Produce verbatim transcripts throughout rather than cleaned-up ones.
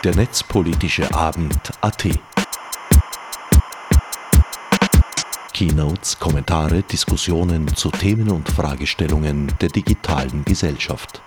der Netzpolitische Abend Punkt a t. Keynotes, Kommentare, Diskussionen zu Themen und Fragestellungen der digitalen Gesellschaft.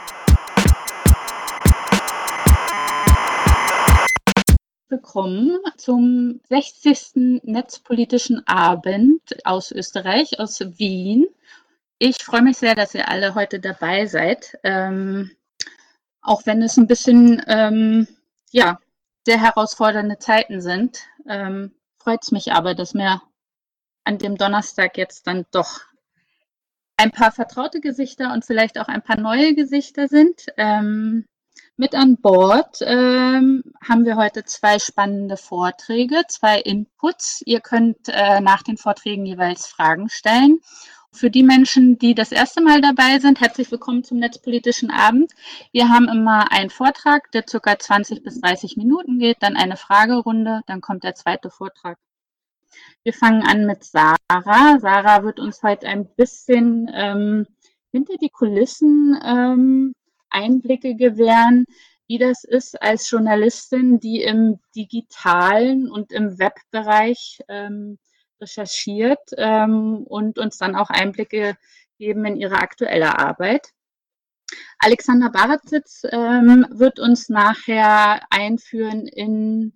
Willkommen zum sechzigsten Netzpolitischen Abend aus Österreich, aus Wien. Ich freue mich sehr, dass ihr alle heute dabei seid, ähm, auch wenn es ein bisschen ähm, ja, sehr herausfordernde Zeiten sind. Ähm, freut es mich aber, dass mir an dem Donnerstag jetzt dann doch ein paar vertraute Gesichter und vielleicht auch ein paar neue Gesichter sind. Ähm, mit an Bord ähm, haben wir heute zwei spannende Vorträge, zwei Inputs. Ihr könnt äh, nach den Vorträgen jeweils Fragen stellen. Für die Menschen, die das erste Mal dabei sind, herzlich willkommen zum Netzpolitischen Abend. Wir haben immer einen Vortrag, der ca. zwanzig bis dreißig Minuten geht, dann eine Fragerunde, dann kommt der zweite Vortrag. Wir fangen an mit Sarah. Sarah wird uns heute ein bisschen ähm, hinter die Kulissen ähm, Einblicke gewähren, wie das ist als Journalistin, die im digitalen und im Webbereich ähm, recherchiert ähm, und uns dann auch Einblicke geben in ihre aktuelle Arbeit. Alexander Baratzitz ähm, wird uns nachher einführen in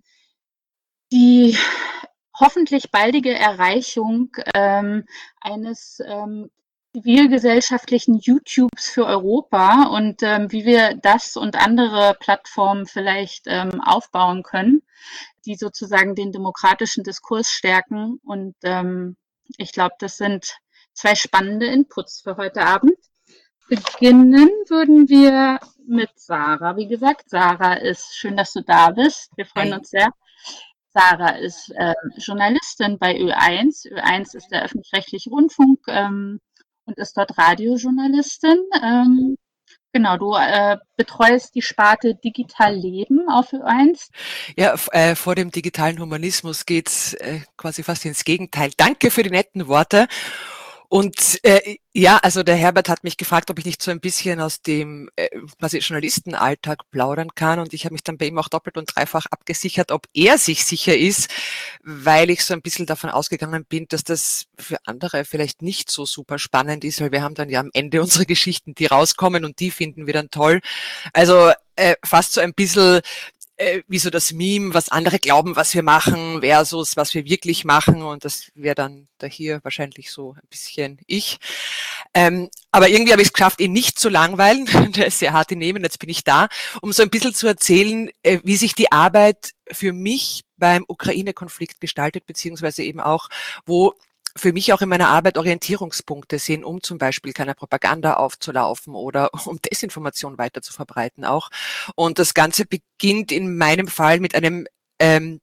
die hoffentlich baldige Erreichung ähm, eines ähm, zivilgesellschaftlichen YouTubes für Europa und ähm, wie wir das und andere Plattformen vielleicht ähm, aufbauen können, die sozusagen den demokratischen Diskurs stärken. Und ähm, ich glaube, das sind zwei spannende Inputs für heute Abend. Beginnen würden wir mit Sarah. Wie gesagt, Sarah ist schön, dass du da bist. Wir freuen Hi. uns sehr. Sarah ist äh, Journalistin bei Ö eins. Ö eins ist der öffentlich-rechtliche Rundfunk ähm, und ist dort Radiojournalistin. Ähm, genau, du äh, betreust die Sparte Digital Leben auf Ö eins. Ja, f- äh, vor dem digitalen Humanismus geht's äh, quasi fast ins Gegenteil. Danke für die netten Worte. Und äh, ja, also der Herbert hat mich gefragt, ob ich nicht so ein bisschen aus dem äh, quasi Journalistenalltag plaudern kann. Und ich habe mich dann bei ihm auch doppelt und dreifach abgesichert, ob er sich sicher ist, weil ich so ein bisschen davon ausgegangen bin, dass das für andere vielleicht nicht so super spannend ist, weil wir haben dann ja am Ende unsere Geschichten, die rauskommen und die finden wir dann toll. Also äh, fast so ein bisschen äh, wie so das Meme, was andere glauben, was wir machen, versus was wir wirklich machen. Und das wäre dann da hier wahrscheinlich so ein bisschen ich. Ähm, aber irgendwie habe ich es geschafft, ihn nicht zu langweilen. Der ist sehr hart in Nehmen. Jetzt bin ich da, um so ein bisschen zu erzählen, äh, wie sich die Arbeit für mich beim Ukraine-Konflikt gestaltet, beziehungsweise eben auch, wo für mich auch in meiner Arbeit Orientierungspunkte sind, um zum Beispiel keiner Propaganda aufzulaufen oder um Desinformation weiter zu verbreiten auch. Und das Ganze beginnt in meinem Fall mit einem ähm,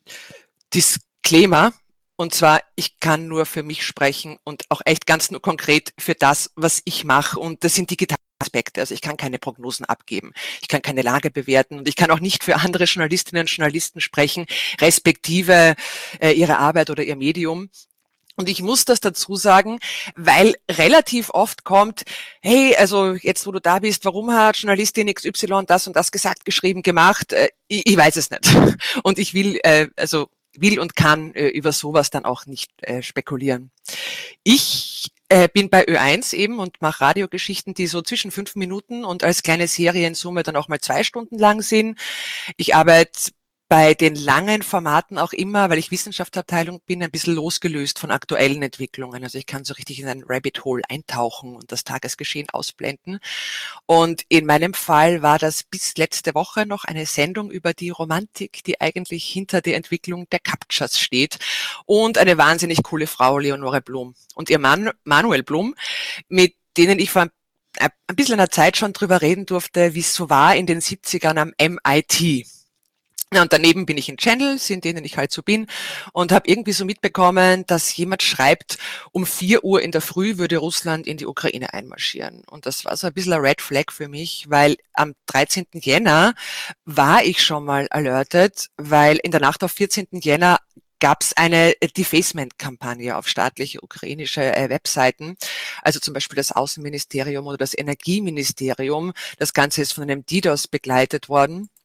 Disclaimer. Und zwar, ich kann nur für mich sprechen und auch echt ganz nur konkret für das, was ich mache. Und das sind digitale Aspekte. Also ich kann keine Prognosen abgeben. Ich kann keine Lage bewerten. Und ich kann auch nicht für andere Journalistinnen und Journalisten sprechen, respektive äh, ihre Arbeit oder ihr Medium. Und ich muss das dazu sagen, weil relativ oft kommt, hey, also jetzt, wo du da bist, warum hat Journalistin X Y das und das gesagt, geschrieben, gemacht? Äh, ich, ich weiß es nicht. Und ich will, äh, also will und kann äh, über sowas dann auch nicht äh, spekulieren. Ich äh, bin bei Ö eins eben und mache Radiogeschichten, die so zwischen fünf Minuten und als kleine Serie in Summe dann auch mal zwei Stunden lang sind. Ich arbeite bei den langen Formaten auch immer, weil ich Wissenschaftsabteilung bin, ein bisschen losgelöst von aktuellen Entwicklungen. Also ich kann so richtig in ein Rabbit Hole eintauchen und das Tagesgeschehen ausblenden. Und in meinem Fall war das bis letzte Woche noch eine Sendung über die Romantik, die eigentlich hinter der Entwicklung der Captchas steht. Und eine wahnsinnig coole Frau, Leonore Blum. Und ihr Mann, Manuel Blum, mit denen ich vor ein bisschen einer Zeit schon drüber reden durfte, wie es so war in den siebzigern am M I T. Ja, und daneben bin ich in Channels, in denen ich halt so bin und habe irgendwie so mitbekommen, dass jemand schreibt, um vier Uhr in der Früh würde Russland in die Ukraine einmarschieren. Und das war so ein bisschen ein Red Flag für mich, weil am dreizehnten Jänner war ich schon mal alerted, weil in der Nacht auf vierzehnten Jänner gab es eine Defacement-Kampagne auf staatliche ukrainische äh, Webseiten, also zum Beispiel das Außenministerium oder das Energieministerium. Das Ganze ist von einem DDoS begleitet worden.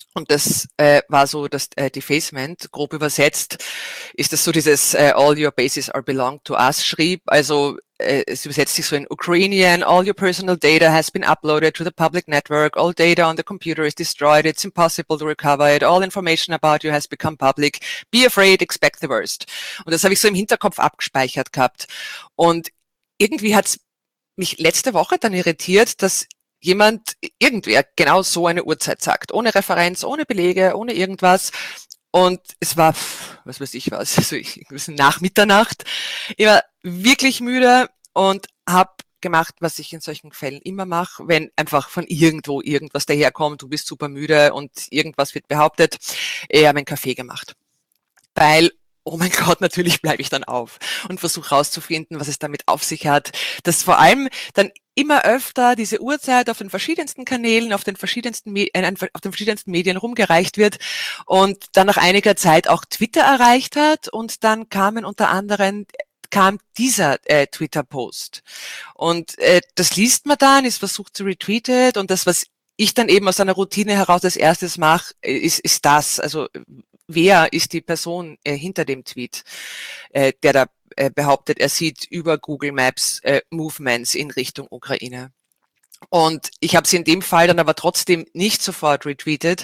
Und das äh, war so das äh, Defacement. Grob übersetzt ist das so dieses äh, All your bases are belong to us schrieb. Also äh, es übersetzt sich so in Ukrainian, all your personal data has been uploaded to the public network, all data on the computer is destroyed, it's impossible to recover it, all information about you has become public, be afraid, expect the worst. Und das habe ich so im Hinterkopf abgespeichert gehabt. Und irgendwie hat es mich letzte Woche dann irritiert, dass jemand, irgendwer genau so eine Uhrzeit sagt, ohne Referenz, ohne Belege, ohne irgendwas. Und es war, was weiß ich was, also ich, nach Mitternacht. Ich war wirklich müde und habe gemacht, was ich in solchen Fällen immer mache, wenn einfach von irgendwo irgendwas daherkommt, du bist super müde und irgendwas wird behauptet. Ich habe einen Kaffee gemacht. Weil, oh mein Gott, natürlich bleibe ich dann auf und versuche rauszufinden, was es damit auf sich hat. Dass vor allem dann immer öfter diese Uhrzeit auf den verschiedensten Kanälen, auf den verschiedensten, äh, auf den verschiedensten Medien rumgereicht wird und dann nach einiger Zeit auch Twitter erreicht hat und dann kamen unter anderem kam dieser äh, Twitter-Post. Und äh, das liest man dann, ist versucht zu retweetet und das, was ich dann eben aus einer Routine heraus als erstes mache, ist, ist das, also wer ist die Person äh, hinter dem Tweet, äh, der da äh, behauptet, er sieht über Google Maps äh, Movements in Richtung Ukraine. Und ich habe sie in dem Fall dann aber trotzdem nicht sofort retweetet,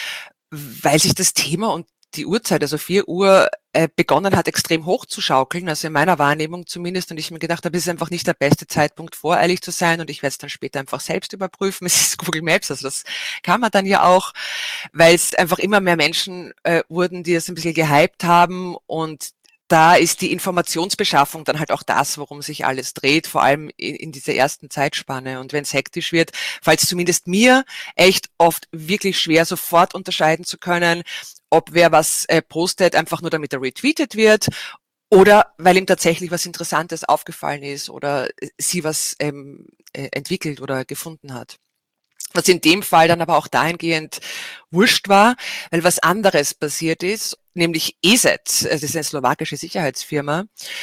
weil sich das Thema und die Uhrzeit, also vier Uhr, äh, begonnen hat, extrem hoch zu schaukeln, also in meiner Wahrnehmung zumindest. Und ich mir gedacht habe, es ist einfach nicht der beste Zeitpunkt, voreilig zu sein. Und ich werde es dann später einfach selbst überprüfen. Es ist Google Maps, also das kann man dann ja auch, weil es einfach immer mehr Menschen äh, wurden, die es ein bisschen gehypt haben. Und da ist die Informationsbeschaffung dann halt auch das, worum sich alles dreht, vor allem in, in dieser ersten Zeitspanne. Und wenn es hektisch wird, fällt es zumindest mir echt oft wirklich schwer, sofort unterscheiden zu können, ob wer was äh, postet, einfach nur damit er retweetet wird oder weil ihm tatsächlich was Interessantes aufgefallen ist oder sie was ähm, äh, entwickelt oder gefunden hat. Was in dem Fall dann aber auch dahingehend wurscht war, weil was anderes passiert ist, nämlich E S E T, das ist eine slowakische Sicherheitsfirma,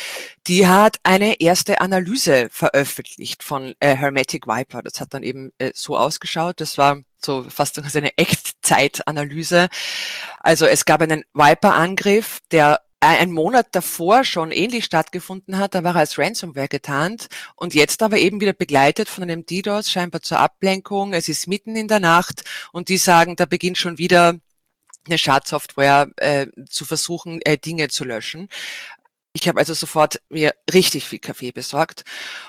die hat eine erste Analyse veröffentlicht von äh, Hermetic Viper. Das hat dann eben äh, so ausgeschaut, das war so fast so eine Echtzeitanalyse. Also es gab einen Viper-Angriff, der ein Monat davor schon ähnlich stattgefunden hat, da war er als Ransomware getarnt und jetzt aber eben wieder begleitet von einem DDoS, scheinbar zur Ablenkung. Es ist mitten in der Nacht und die sagen, da beginnt schon wieder eine Schadsoftware äh, zu versuchen, äh, Dinge zu löschen. Ich habe also sofort mir richtig viel Kaffee besorgt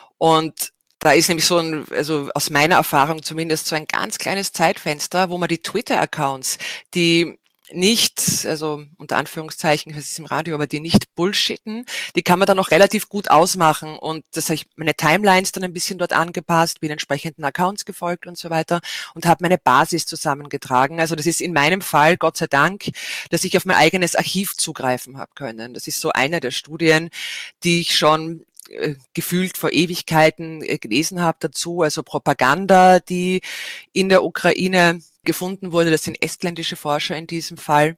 und da ist nämlich so ein, also aus meiner Erfahrung zumindest so ein ganz kleines Zeitfenster, wo man die Twitter-Accounts, die nicht, also unter Anführungszeichen, das ist im Radio, aber die nicht bullshitten, die kann man dann noch relativ gut ausmachen und das habe ich meine Timelines dann ein bisschen dort angepasst, bin entsprechenden Accounts gefolgt und so weiter und habe meine Basis zusammengetragen. Also das ist in meinem Fall, Gott sei Dank, dass ich auf mein eigenes Archiv zugreifen habe können. Das ist so eine der Studien, die ich schon äh, gefühlt vor Ewigkeiten äh, gelesen habe dazu, also Propaganda, die in der Ukraine gefunden wurde. Das sind estländische Forscher in diesem Fall.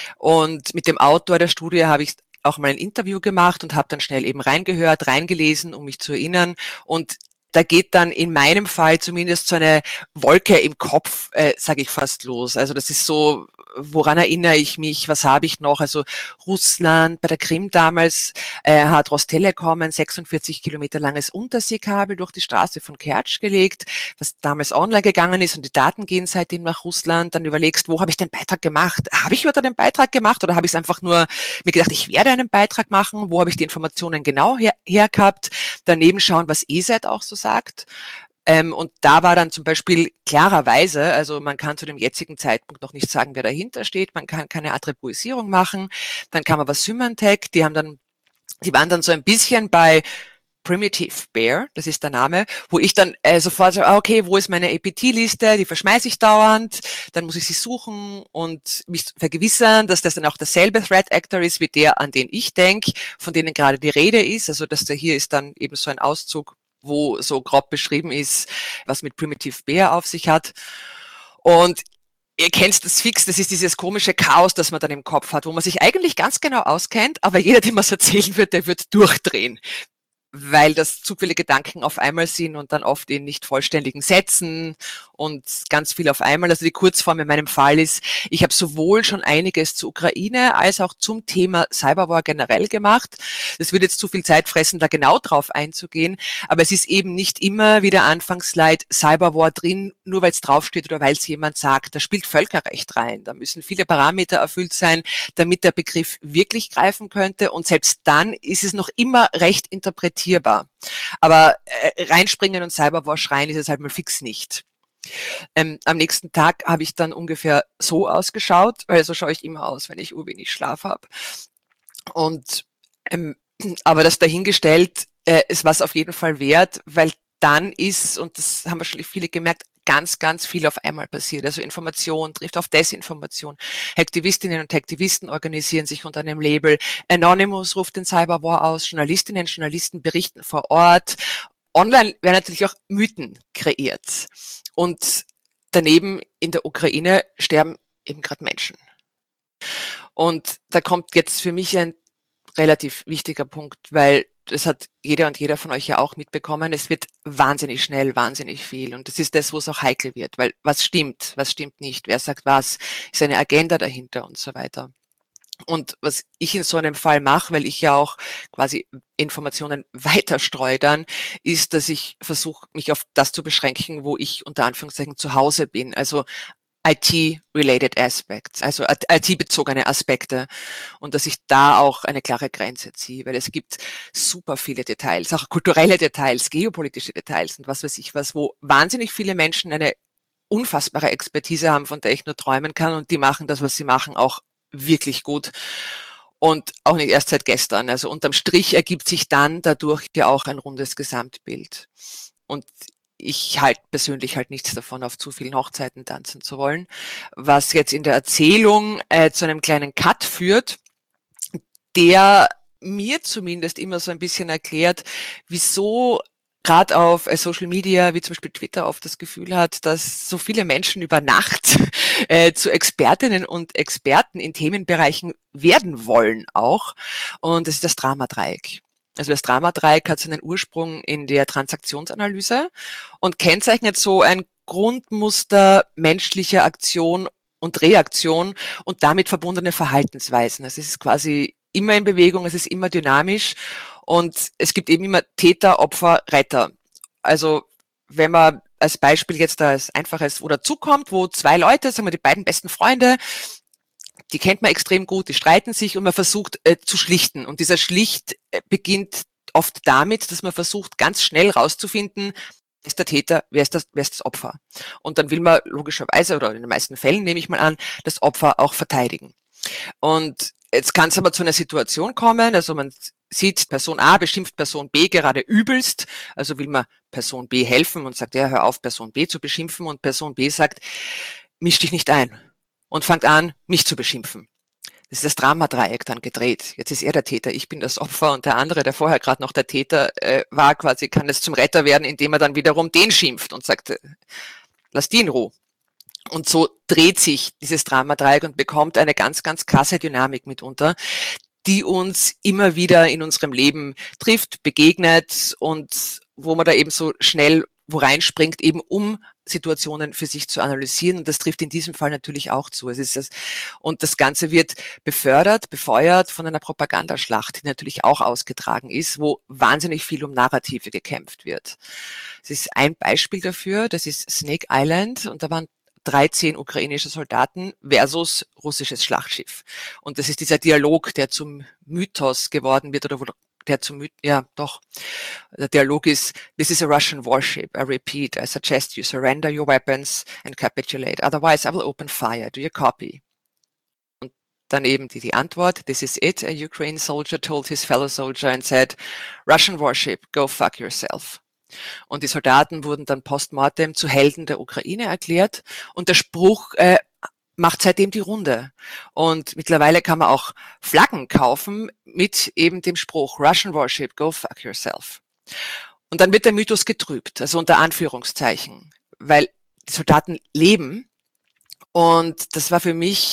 Und mit dem Autor der Studie habe ich auch mal ein Interview gemacht und habe dann schnell eben reingehört, reingelesen, um mich zu erinnern. Und da geht dann in meinem Fall zumindest so eine Wolke im Kopf, äh, sage ich fast los. Also das ist so, woran erinnere ich mich, was habe ich noch? Also Russland, bei der Krim damals äh, hat Rostelekom ein sechsundvierzig Kilometer langes Unterseekabel durch die Straße von Kertsch gelegt, was damals online gegangen ist und die Daten gehen seitdem nach Russland. Dann überlegst, wo habe ich den Beitrag gemacht? Habe ich wieder den Beitrag gemacht oder habe ich es einfach nur mir gedacht, ich werde einen Beitrag machen? Wo habe ich die Informationen genau her, her gehabt? Daneben schauen, was E S E T auch so sagt. Ähm, und da war dann zum Beispiel klarerweise, also man kann zu dem jetzigen Zeitpunkt noch nicht sagen, wer dahinter steht, man kann keine Attribuisierung machen, dann kam aber Symantec, die haben dann, die waren dann so ein bisschen bei Primitive Bear, das ist der Name, wo ich dann äh, sofort so, okay, wo ist meine A P T-Liste, die verschmeiße ich dauernd, dann muss ich sie suchen und mich vergewissern, dass das dann auch derselbe Threat Actor ist, wie der, an den ich denke, von denen gerade die Rede ist, also dass der hier ist dann eben so ein Auszug, wo so grob beschrieben ist, was mit Primitive Bear auf sich hat. Und ihr kennt das fix, das ist dieses komische Chaos, das man dann im Kopf hat, wo man sich eigentlich ganz genau auskennt, aber jeder, dem man es erzählen wird, der wird durchdrehen. weil das zu viele Gedanken auf einmal sind und dann oft in nicht vollständigen Sätzen und ganz viel auf einmal. Also die Kurzform in meinem Fall ist, ich habe sowohl schon einiges zur Ukraine als auch zum Thema Cyberwar generell gemacht. Das würde jetzt zu viel Zeit fressen, da genau drauf einzugehen, aber es ist eben nicht immer wie der Anfangsslide Cyberwar drin, nur weil es draufsteht oder weil es jemand sagt. Da spielt Völkerrecht rein. Da müssen viele Parameter erfüllt sein, damit der Begriff wirklich greifen könnte, und selbst dann ist es noch immer recht interpretierbar. Aber äh, reinspringen und Cyberwar schreien ist es halt mal fix nicht. Ähm, am nächsten Tag habe ich dann ungefähr so ausgeschaut, weil so schaue ich immer aus, wenn ich urwenig Schlaf habe. Und ähm, aber das dahingestellt, äh, ist was auf jeden Fall wert, weil dann ist, und das haben wahrscheinlich viele gemerkt, ganz, ganz viel auf einmal passiert. Also Information trifft auf Desinformation. Aktivistinnen und Aktivisten organisieren sich unter einem Label. Anonymous ruft den Cyberwar aus. Journalistinnen und Journalisten berichten vor Ort. Online werden natürlich auch Mythen kreiert. Und daneben in der Ukraine sterben eben gerade Menschen. Und da kommt jetzt für mich ein relativ wichtiger Punkt, weil das hat jeder und jeder von euch ja auch mitbekommen. Es wird wahnsinnig schnell, wahnsinnig viel. Und das ist das, wo es auch heikel wird, weil was stimmt, was stimmt nicht, wer sagt was, ist eine Agenda dahinter und so weiter. Und was ich in so einem Fall mache, weil ich ja auch quasi Informationen weiter streue dann, ist, dass ich versuche, mich auf das zu beschränken, wo ich unter Anführungszeichen zu Hause bin. Also I T-related aspects, also I T-bezogene Aspekte, und dass ich da auch eine klare Grenze ziehe, weil es gibt super viele Details, auch kulturelle Details, geopolitische Details und was weiß ich was, wo wahnsinnig viele Menschen eine unfassbare Expertise haben, von der ich nur träumen kann, und die machen das, was sie machen, auch wirklich gut. Und auch nicht erst seit gestern. Also unterm Strich ergibt sich dann dadurch ja auch ein rundes Gesamtbild. Und ich halte persönlich halt nichts davon, auf zu vielen Hochzeiten tanzen zu wollen, was jetzt in der Erzählung äh, zu einem kleinen Cut führt, der mir zumindest immer so ein bisschen erklärt, wieso gerade auf äh, Social Media, wie zum Beispiel Twitter, oft das Gefühl hat, dass so viele Menschen über Nacht äh, zu Expertinnen und Experten in Themenbereichen werden wollen auch. Und das ist das Dramadreieck. Also das Dramadreieck hat seinen Ursprung in der Transaktionsanalyse und kennzeichnet so ein Grundmuster menschlicher Aktion und Reaktion und damit verbundene Verhaltensweisen. Also es ist quasi immer in Bewegung, es ist immer dynamisch und es gibt eben immer Täter, Opfer, Retter. Also wenn man als Beispiel jetzt da als einfaches wo dazukommt, wo zwei Leute, sagen wir die beiden besten Freunde, die kennt man extrem gut, die streiten sich und man versucht äh, zu schlichten. Und dieser Schlicht äh, beginnt oft damit, dass man versucht, ganz schnell rauszufinden, wer ist der Täter, wer ist das, wer ist das Opfer. Und dann will man logischerweise, oder in den meisten Fällen nehme ich mal an, das Opfer auch verteidigen. Und jetzt kann es aber zu einer Situation kommen, also man sieht, Person A beschimpft Person B gerade übelst, also will man Person B helfen und sagt, ja, hör auf, Person B zu beschimpfen, und Person B sagt, misch dich nicht ein. Und fängt an, mich zu beschimpfen. Das ist das Dramadreieck dann gedreht. Jetzt ist er der Täter, ich bin das Opfer, und der andere, der vorher gerade noch der Täter äh, war, quasi kann es zum Retter werden, indem er dann wiederum den schimpft und sagt, äh, lass die in Ruhe. Und so dreht sich dieses Dramadreieck und bekommt eine ganz, ganz krasse Dynamik mitunter, die uns immer wieder in unserem Leben trifft, begegnet und wo man da eben so schnell wo reinspringt, eben um Situationen für sich zu analysieren. Und das trifft in diesem Fall natürlich auch zu. Es ist das, und das Ganze wird befördert, befeuert von einer Propagandaschlacht, die natürlich auch ausgetragen ist, wo wahnsinnig viel um Narrative gekämpft wird. Es ist ein Beispiel dafür, das ist Snake Island, und da waren dreizehn ukrainische Soldaten versus russisches Schlachtschiff. Und das ist dieser Dialog, der zum Mythos geworden wird, oder wo der zum Mythos, ja doch, der Dialog ist, this is a Russian warship, I repeat, I suggest you surrender your weapons and capitulate, otherwise I will open fire, do you copy? Und dann eben die, die Antwort, this is it, a Ukrainian soldier told his fellow soldier and said, Russian warship, go fuck yourself. Und die Soldaten wurden dann postmortem zu Helden der Ukraine erklärt, und der Spruch äh, macht seitdem die Runde. Und mittlerweile kann man auch Flaggen kaufen mit eben dem Spruch Russian warship, go fuck yourself. Und dann wird der Mythos getrübt, also unter Anführungszeichen, weil die Soldaten leben. Und das war für mich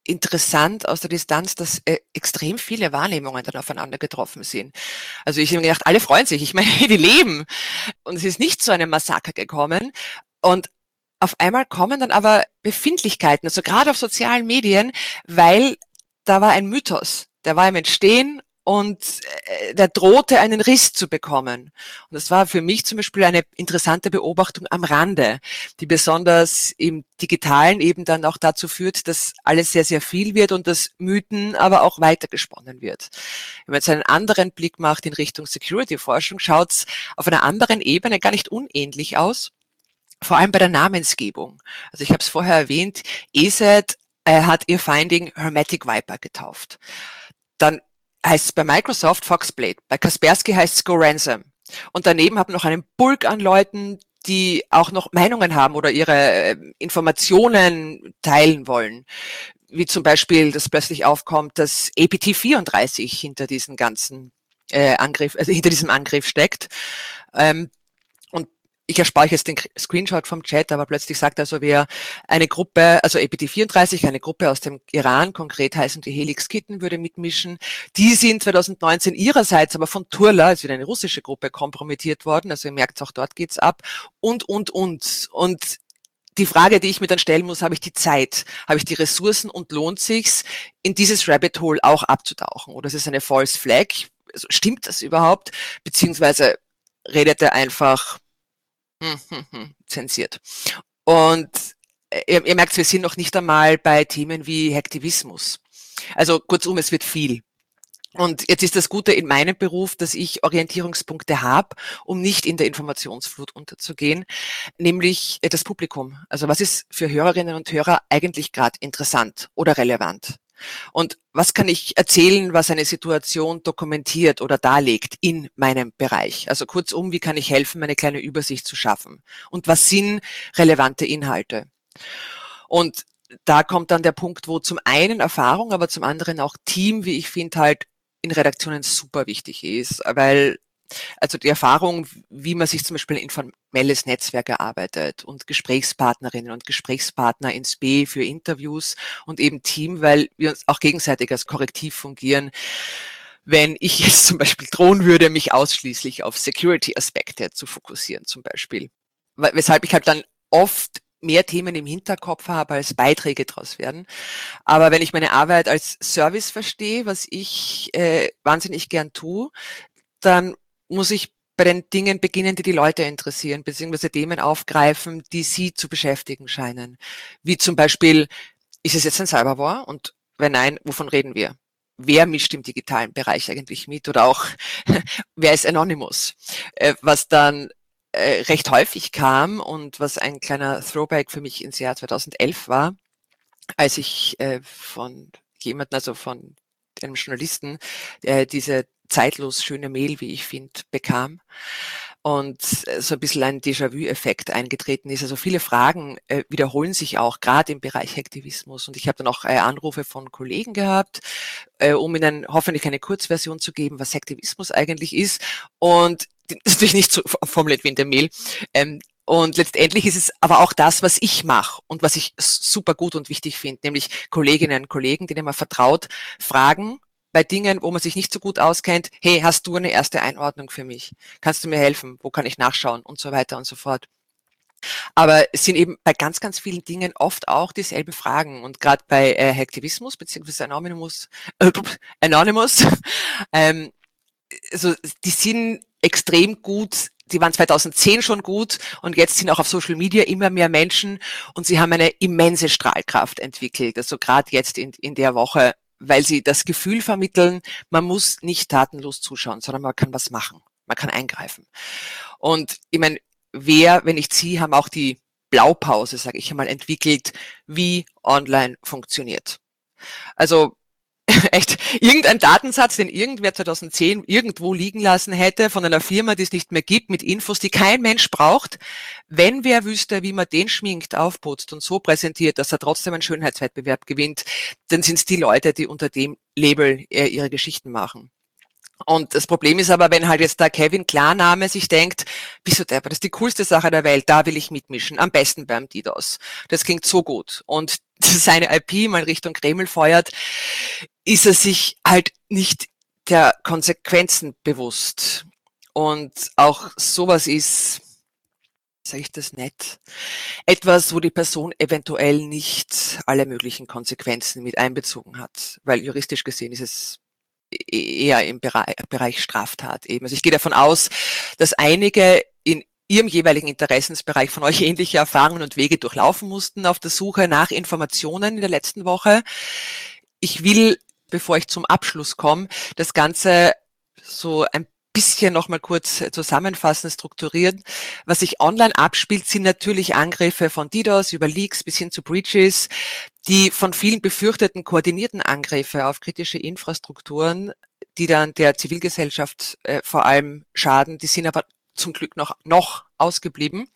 interessant aus der Distanz, dass äh, extrem viele Wahrnehmungen dann aufeinander getroffen sind. Also ich habe mir gedacht, alle freuen sich, ich meine, die leben. Und es ist nicht zu einem Massaker gekommen. Und auf einmal kommen dann aber Befindlichkeiten, also gerade auf sozialen Medien, weil da war ein Mythos, der war im Entstehen und äh, der drohte einen Riss zu bekommen. Und das war für mich zum Beispiel eine interessante Beobachtung am Rande, die besonders im Digitalen eben dann auch dazu führt, dass alles sehr, sehr viel wird und dass Mythen aber auch weitergesponnen wird. Wenn man jetzt einen anderen Blick macht in Richtung Security-Forschung, schaut es auf einer anderen Ebene gar nicht unähnlich aus. Vor allem bei der Namensgebung. Also ich habe es vorher erwähnt, E S E T äh, hat ihr Finding Hermetic Viper getauft. Dann heißt es bei Microsoft Foxblade, bei Kaspersky heißt es Go Ransom. Und daneben haben noch einen Bulk an Leuten, die auch noch Meinungen haben oder ihre äh, Informationen teilen wollen. Wie zum Beispiel, dass plötzlich aufkommt, dass A P T vierunddreißig hinter diesen ganzen äh, Angriff, also hinter diesem Angriff steckt. Ähm, Ich erspare jetzt den Screenshot vom Chat, aber plötzlich sagt also wer eine Gruppe, also A P T vierunddreißig, eine Gruppe aus dem Iran, konkret heißen die Helix-Kitten, würde mitmischen. Die sind zwanzig neunzehn ihrerseits aber von Turla, also wieder eine russische Gruppe, kompromittiert worden. Also ihr merkt, auch dort geht's ab. Und, und, und. Und die Frage, die ich mir dann stellen muss, habe ich die Zeit, habe ich die Ressourcen und lohnt sich's, in dieses Rabbit Hole auch abzutauchen? Oder ist es eine False Flag? Also stimmt das überhaupt? Beziehungsweise redet er einfach zensiert. Und ihr, ihr merkt, wir sind noch nicht einmal bei Themen wie Hacktivismus. Also kurzum, es wird viel. Und jetzt ist das Gute in meinem Beruf, dass ich Orientierungspunkte habe, um nicht in der Informationsflut unterzugehen, nämlich das Publikum. Also was ist für Hörerinnen und Hörer eigentlich gerade interessant oder relevant? Und was kann ich erzählen, was eine Situation dokumentiert oder darlegt in meinem Bereich? Also kurzum, wie kann ich helfen, eine kleine Übersicht zu schaffen? Und was sind relevante Inhalte? Und da kommt dann der Punkt, wo zum einen Erfahrung, aber zum anderen auch Team, wie ich finde, halt in Redaktionen super wichtig ist, weil also die Erfahrung, wie man sich zum Beispiel ein informelles Netzwerk erarbeitet und Gesprächspartnerinnen und Gesprächspartner ins B für Interviews und eben Team, weil wir uns auch gegenseitig als Korrektiv fungieren. Wenn ich jetzt zum Beispiel drohen würde, mich ausschließlich auf Security-Aspekte zu fokussieren zum Beispiel, weshalb ich halt dann oft mehr Themen im Hinterkopf habe, als Beiträge daraus werden. Aber wenn ich meine Arbeit als Service verstehe, was ich äh, wahnsinnig gern tue, dann muss ich bei den Dingen beginnen, die die Leute interessieren, beziehungsweise Themen aufgreifen, die sie zu beschäftigen scheinen. Wie zum Beispiel, ist es jetzt ein Cyberwar? Und wenn nein, wovon reden wir? Wer mischt im digitalen Bereich eigentlich mit? Oder auch, wer ist Anonymous? Äh, was dann äh, recht häufig kam und was ein kleiner Throwback für mich ins Jahr zweitausendelf war, als ich äh, von jemandem, also von einem Journalisten, äh, diese zeitlos schöne Mail, wie ich finde, bekam und so ein bisschen ein Déjà-vu-Effekt eingetreten ist. Also viele Fragen äh, wiederholen sich auch, gerade im Bereich Hacktivismus. Und ich habe dann auch äh, Anrufe von Kollegen gehabt, äh, um ihnen hoffentlich eine Kurzversion zu geben, was Hacktivismus eigentlich ist. Und das ist natürlich nicht so formuliert wie in der Mail. Ähm, Und letztendlich ist es aber auch das, was ich mache und was ich super gut und wichtig finde, nämlich Kolleginnen und Kollegen, denen man vertraut, fragen bei Dingen, wo man sich nicht so gut auskennt, hey, hast du eine erste Einordnung für mich? Kannst du mir helfen? Wo kann ich nachschauen? Und so weiter und so fort. Aber es sind eben bei ganz, ganz vielen Dingen oft auch dieselben Fragen. Und gerade bei äh, Hacktivismus beziehungsweise Anonymous, äh, Anonymous ähm, also die sind extrem gut, die waren zweitausendzehn schon gut und jetzt sind auch auf Social Media immer mehr Menschen und sie haben eine immense Strahlkraft entwickelt, also gerade jetzt in, in der Woche, weil sie das Gefühl vermitteln, man muss nicht tatenlos zuschauen, sondern man kann was machen, man kann eingreifen. Und ich meine, wer, wenn nicht Sie, haben auch die Blaupause, sage ich einmal, entwickelt, wie online funktioniert. Also echt, irgendein Datensatz, den irgendwer zweitausendzehn irgendwo liegen lassen hätte von einer Firma, die es nicht mehr gibt, mit Infos, die kein Mensch braucht. Wenn wer wüsste, wie man den schminkt, aufputzt und so präsentiert, dass er trotzdem einen Schönheitswettbewerb gewinnt, dann sind es die Leute, die unter dem Label äh, ihre Geschichten machen. Und das Problem ist aber, wenn halt jetzt der Kevin Klarname sich denkt, bist du derbe, das ist die coolste Sache der Welt, da will ich mitmischen, am besten beim DDoS. Das klingt so gut. Und seine I P mal Richtung Kreml feuert, ist er sich halt nicht der Konsequenzen bewusst. Und auch sowas ist, sage ich das nett, etwas, wo die Person eventuell nicht alle möglichen Konsequenzen mit einbezogen hat, weil juristisch gesehen ist es eher im Bereich, Bereich Straftat eben. Also ich gehe davon aus, dass einige in ihrem jeweiligen Interessensbereich von euch ähnliche Erfahrungen und Wege durchlaufen mussten auf der Suche nach Informationen in der letzten Woche. Ich will, bevor ich zum Abschluss komme, das Ganze so ein bisschen noch mal kurz zusammenfassen, strukturieren. Was sich online abspielt, sind natürlich Angriffe von DDoS über Leaks bis hin zu Breaches, die von vielen befürchteten koordinierten Angriffe auf kritische Infrastrukturen, die dann der Zivilgesellschaft äh, vor allem schaden, die sind aber zum Glück noch, noch ausgeblieben.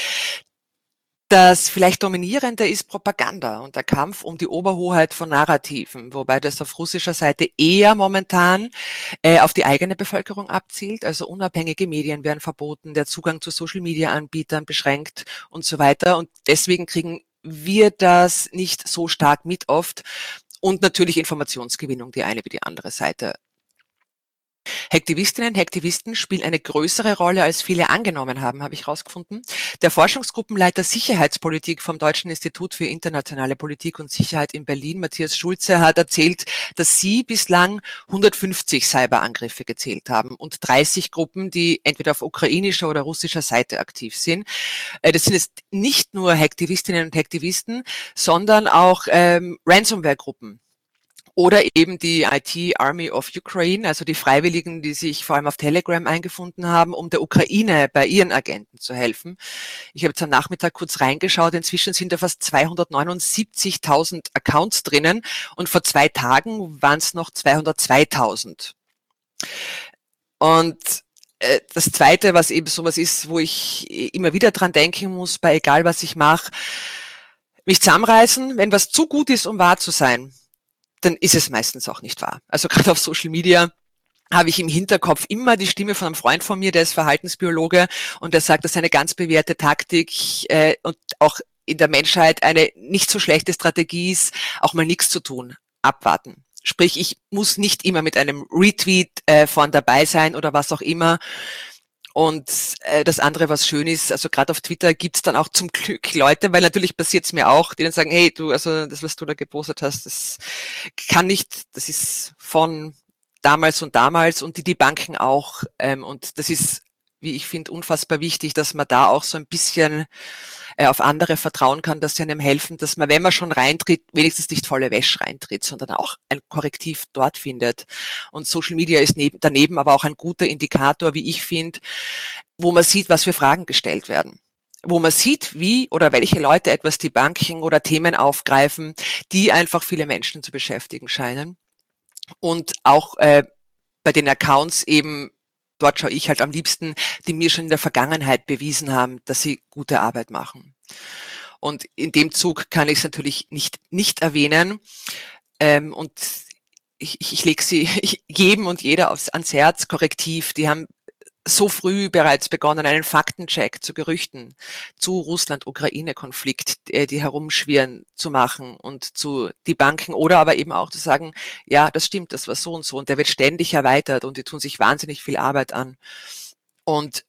Das vielleicht Dominierende ist Propaganda und der Kampf um die Oberhoheit von Narrativen, wobei das auf russischer Seite eher momentan äh, auf die eigene Bevölkerung abzielt. Also unabhängige Medien werden verboten, der Zugang zu Social-Media-Anbietern beschränkt und so weiter. Und deswegen kriegen wir das nicht so stark mit oft. Und natürlich Informationsgewinnung, die eine wie die andere Seite. Hacktivistinnen und Hacktivisten spielen eine größere Rolle, als viele angenommen haben, habe ich herausgefunden. Der Forschungsgruppenleiter Sicherheitspolitik vom Deutschen Institut für internationale Politik und Sicherheit in Berlin, Matthias Schulze, hat erzählt, dass sie bislang hundertfünfzig Cyberangriffe gezählt haben und dreißig Gruppen, die entweder auf ukrainischer oder russischer Seite aktiv sind. Das sind jetzt nicht nur Hacktivistinnen und Hacktivisten, sondern auch ähm, Ransomware-Gruppen. Oder eben die I T Army of Ukraine, also die Freiwilligen, die sich vor allem auf Telegram eingefunden haben, um der Ukraine bei ihren Agenten zu helfen. Ich habe jetzt am Nachmittag kurz reingeschaut. Inzwischen sind da fast zweihundertneunundsiebzigtausend Accounts drinnen und vor zwei Tagen waren es noch zweihundertzweitausend. Und äh, das Zweite, was eben sowas ist, wo ich immer wieder dran denken muss, bei egal was ich mache, mich zusammenreißen, wenn was zu gut ist, um wahr zu sein, dann ist es meistens auch nicht wahr. Also gerade auf Social Media habe ich im Hinterkopf immer die Stimme von einem Freund von mir, der ist Verhaltensbiologe und der sagt, das ist eine ganz bewährte Taktik äh, und auch in der Menschheit eine nicht so schlechte Strategie ist, auch mal nichts zu tun, abwarten. Sprich, ich muss nicht immer mit einem Retweet äh, vorn dabei sein oder was auch immer. Und äh, das andere, was schön ist, also gerade auf Twitter gibt's dann auch zum Glück Leute, weil natürlich passiert's mir auch, die dann sagen, hey, du, also das, was du da gepostet hast, das kann nicht, das ist von damals und damals und die die Banken auch. Ähm, und das ist, wie ich finde, unfassbar wichtig, dass man da auch so ein bisschen äh, auf andere vertrauen kann, dass sie einem helfen, dass man, wenn man schon reintritt, wenigstens nicht volle Wäsche reintritt, sondern auch ein Korrektiv dort findet. Und Social Media ist neben, daneben aber auch ein guter Indikator, wie ich finde, wo man sieht, was für Fragen gestellt werden. Wo man sieht, wie oder welche Leute etwas debunken oder Themen aufgreifen, die einfach viele Menschen zu beschäftigen scheinen. Und auch äh, bei den Accounts eben, dort schaue ich halt am liebsten, die mir schon in der Vergangenheit bewiesen haben, dass sie gute Arbeit machen. Und in dem Zug kann ich es natürlich nicht nicht erwähnen. Ähm, und ich, ich, ich lege sie jedem und jeder aufs, ans Herz, Korrektiv. Die haben so früh bereits begonnen, einen Faktencheck zu Gerüchten zu Russland-Ukraine-Konflikt, die herumschwirren, zu machen und zu debunken oder aber eben auch zu sagen, ja, das stimmt, das war so und so und der wird ständig erweitert und die tun sich wahnsinnig viel Arbeit an. Und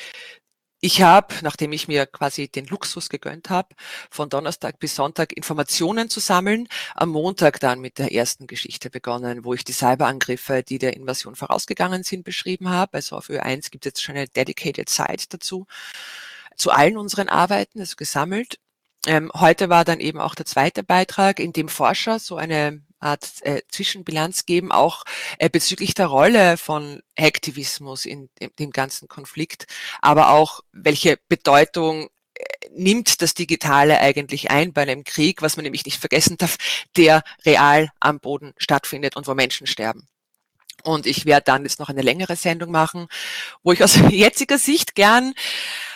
ich habe, nachdem ich mir quasi den Luxus gegönnt habe, von Donnerstag bis Sonntag Informationen zu sammeln, am Montag dann mit der ersten Geschichte begonnen, wo ich die Cyberangriffe, die der Invasion vorausgegangen sind, beschrieben habe. Also auf Ö eins gibt es jetzt schon eine dedicated Site dazu, zu allen unseren Arbeiten, also gesammelt. Ähm, heute war dann eben auch der zweite Beitrag, in dem Forscher so eine Art äh, Zwischenbilanz geben, auch äh, bezüglich der Rolle von Hacktivismus in dem, dem ganzen Konflikt, aber auch welche Bedeutung äh, nimmt das Digitale eigentlich ein bei einem Krieg, was man nämlich nicht vergessen darf, der real am Boden stattfindet und wo Menschen sterben. Und ich werde dann jetzt noch eine längere Sendung machen, wo ich aus jetziger Sicht gern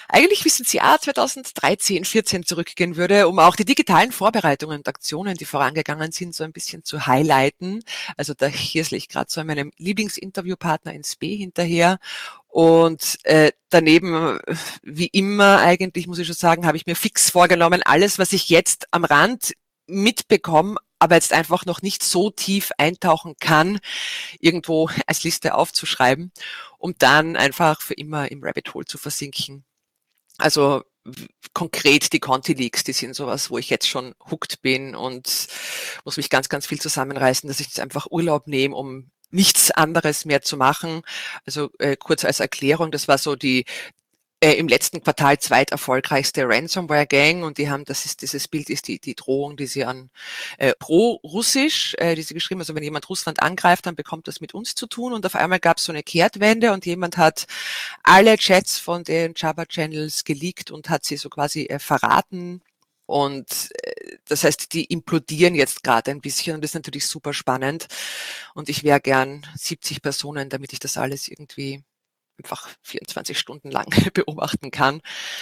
eigentlich bis ins Jahr zweitausenddreizehn, vierzehn zurückgehen würde, um auch die digitalen Vorbereitungen und Aktionen, die vorangegangen sind, so ein bisschen zu highlighten. Also da hirsle ich gerade so meinem Lieblingsinterviewpartner ins B hinterher. Und äh, daneben, wie immer eigentlich, muss ich schon sagen, habe ich mir fix vorgenommen, alles, was ich jetzt am Rand mitbekomme, aber jetzt einfach noch nicht so tief eintauchen kann, irgendwo als Liste aufzuschreiben, um dann einfach für immer im Rabbit Hole zu versinken. Also w- konkret die Conti Leaks, die sind sowas, wo ich jetzt schon hooked bin und muss mich ganz, ganz viel zusammenreißen, dass ich jetzt einfach Urlaub nehme, um nichts anderes mehr zu machen. Also äh, kurz als Erklärung, das war so die äh, im letzten Quartal zweiterfolgreichste Ransomware Gang, und die haben, das ist dieses Bild ist die die Drohung, die sie an äh, pro-russisch, äh, die sie geschrieben, also wenn jemand Russland angreift, dann bekommt das mit uns zu tun, und auf einmal gab es so eine Kehrtwende und jemand hat alle Chats von den Java-Channels geleakt und hat sie so quasi äh, verraten. Und äh, das heißt, die implodieren jetzt gerade ein bisschen, und das ist natürlich super spannend. Und ich wäre gern siebzig Personen, damit ich das alles irgendwie einfach vierundzwanzig Stunden lang beobachten kann.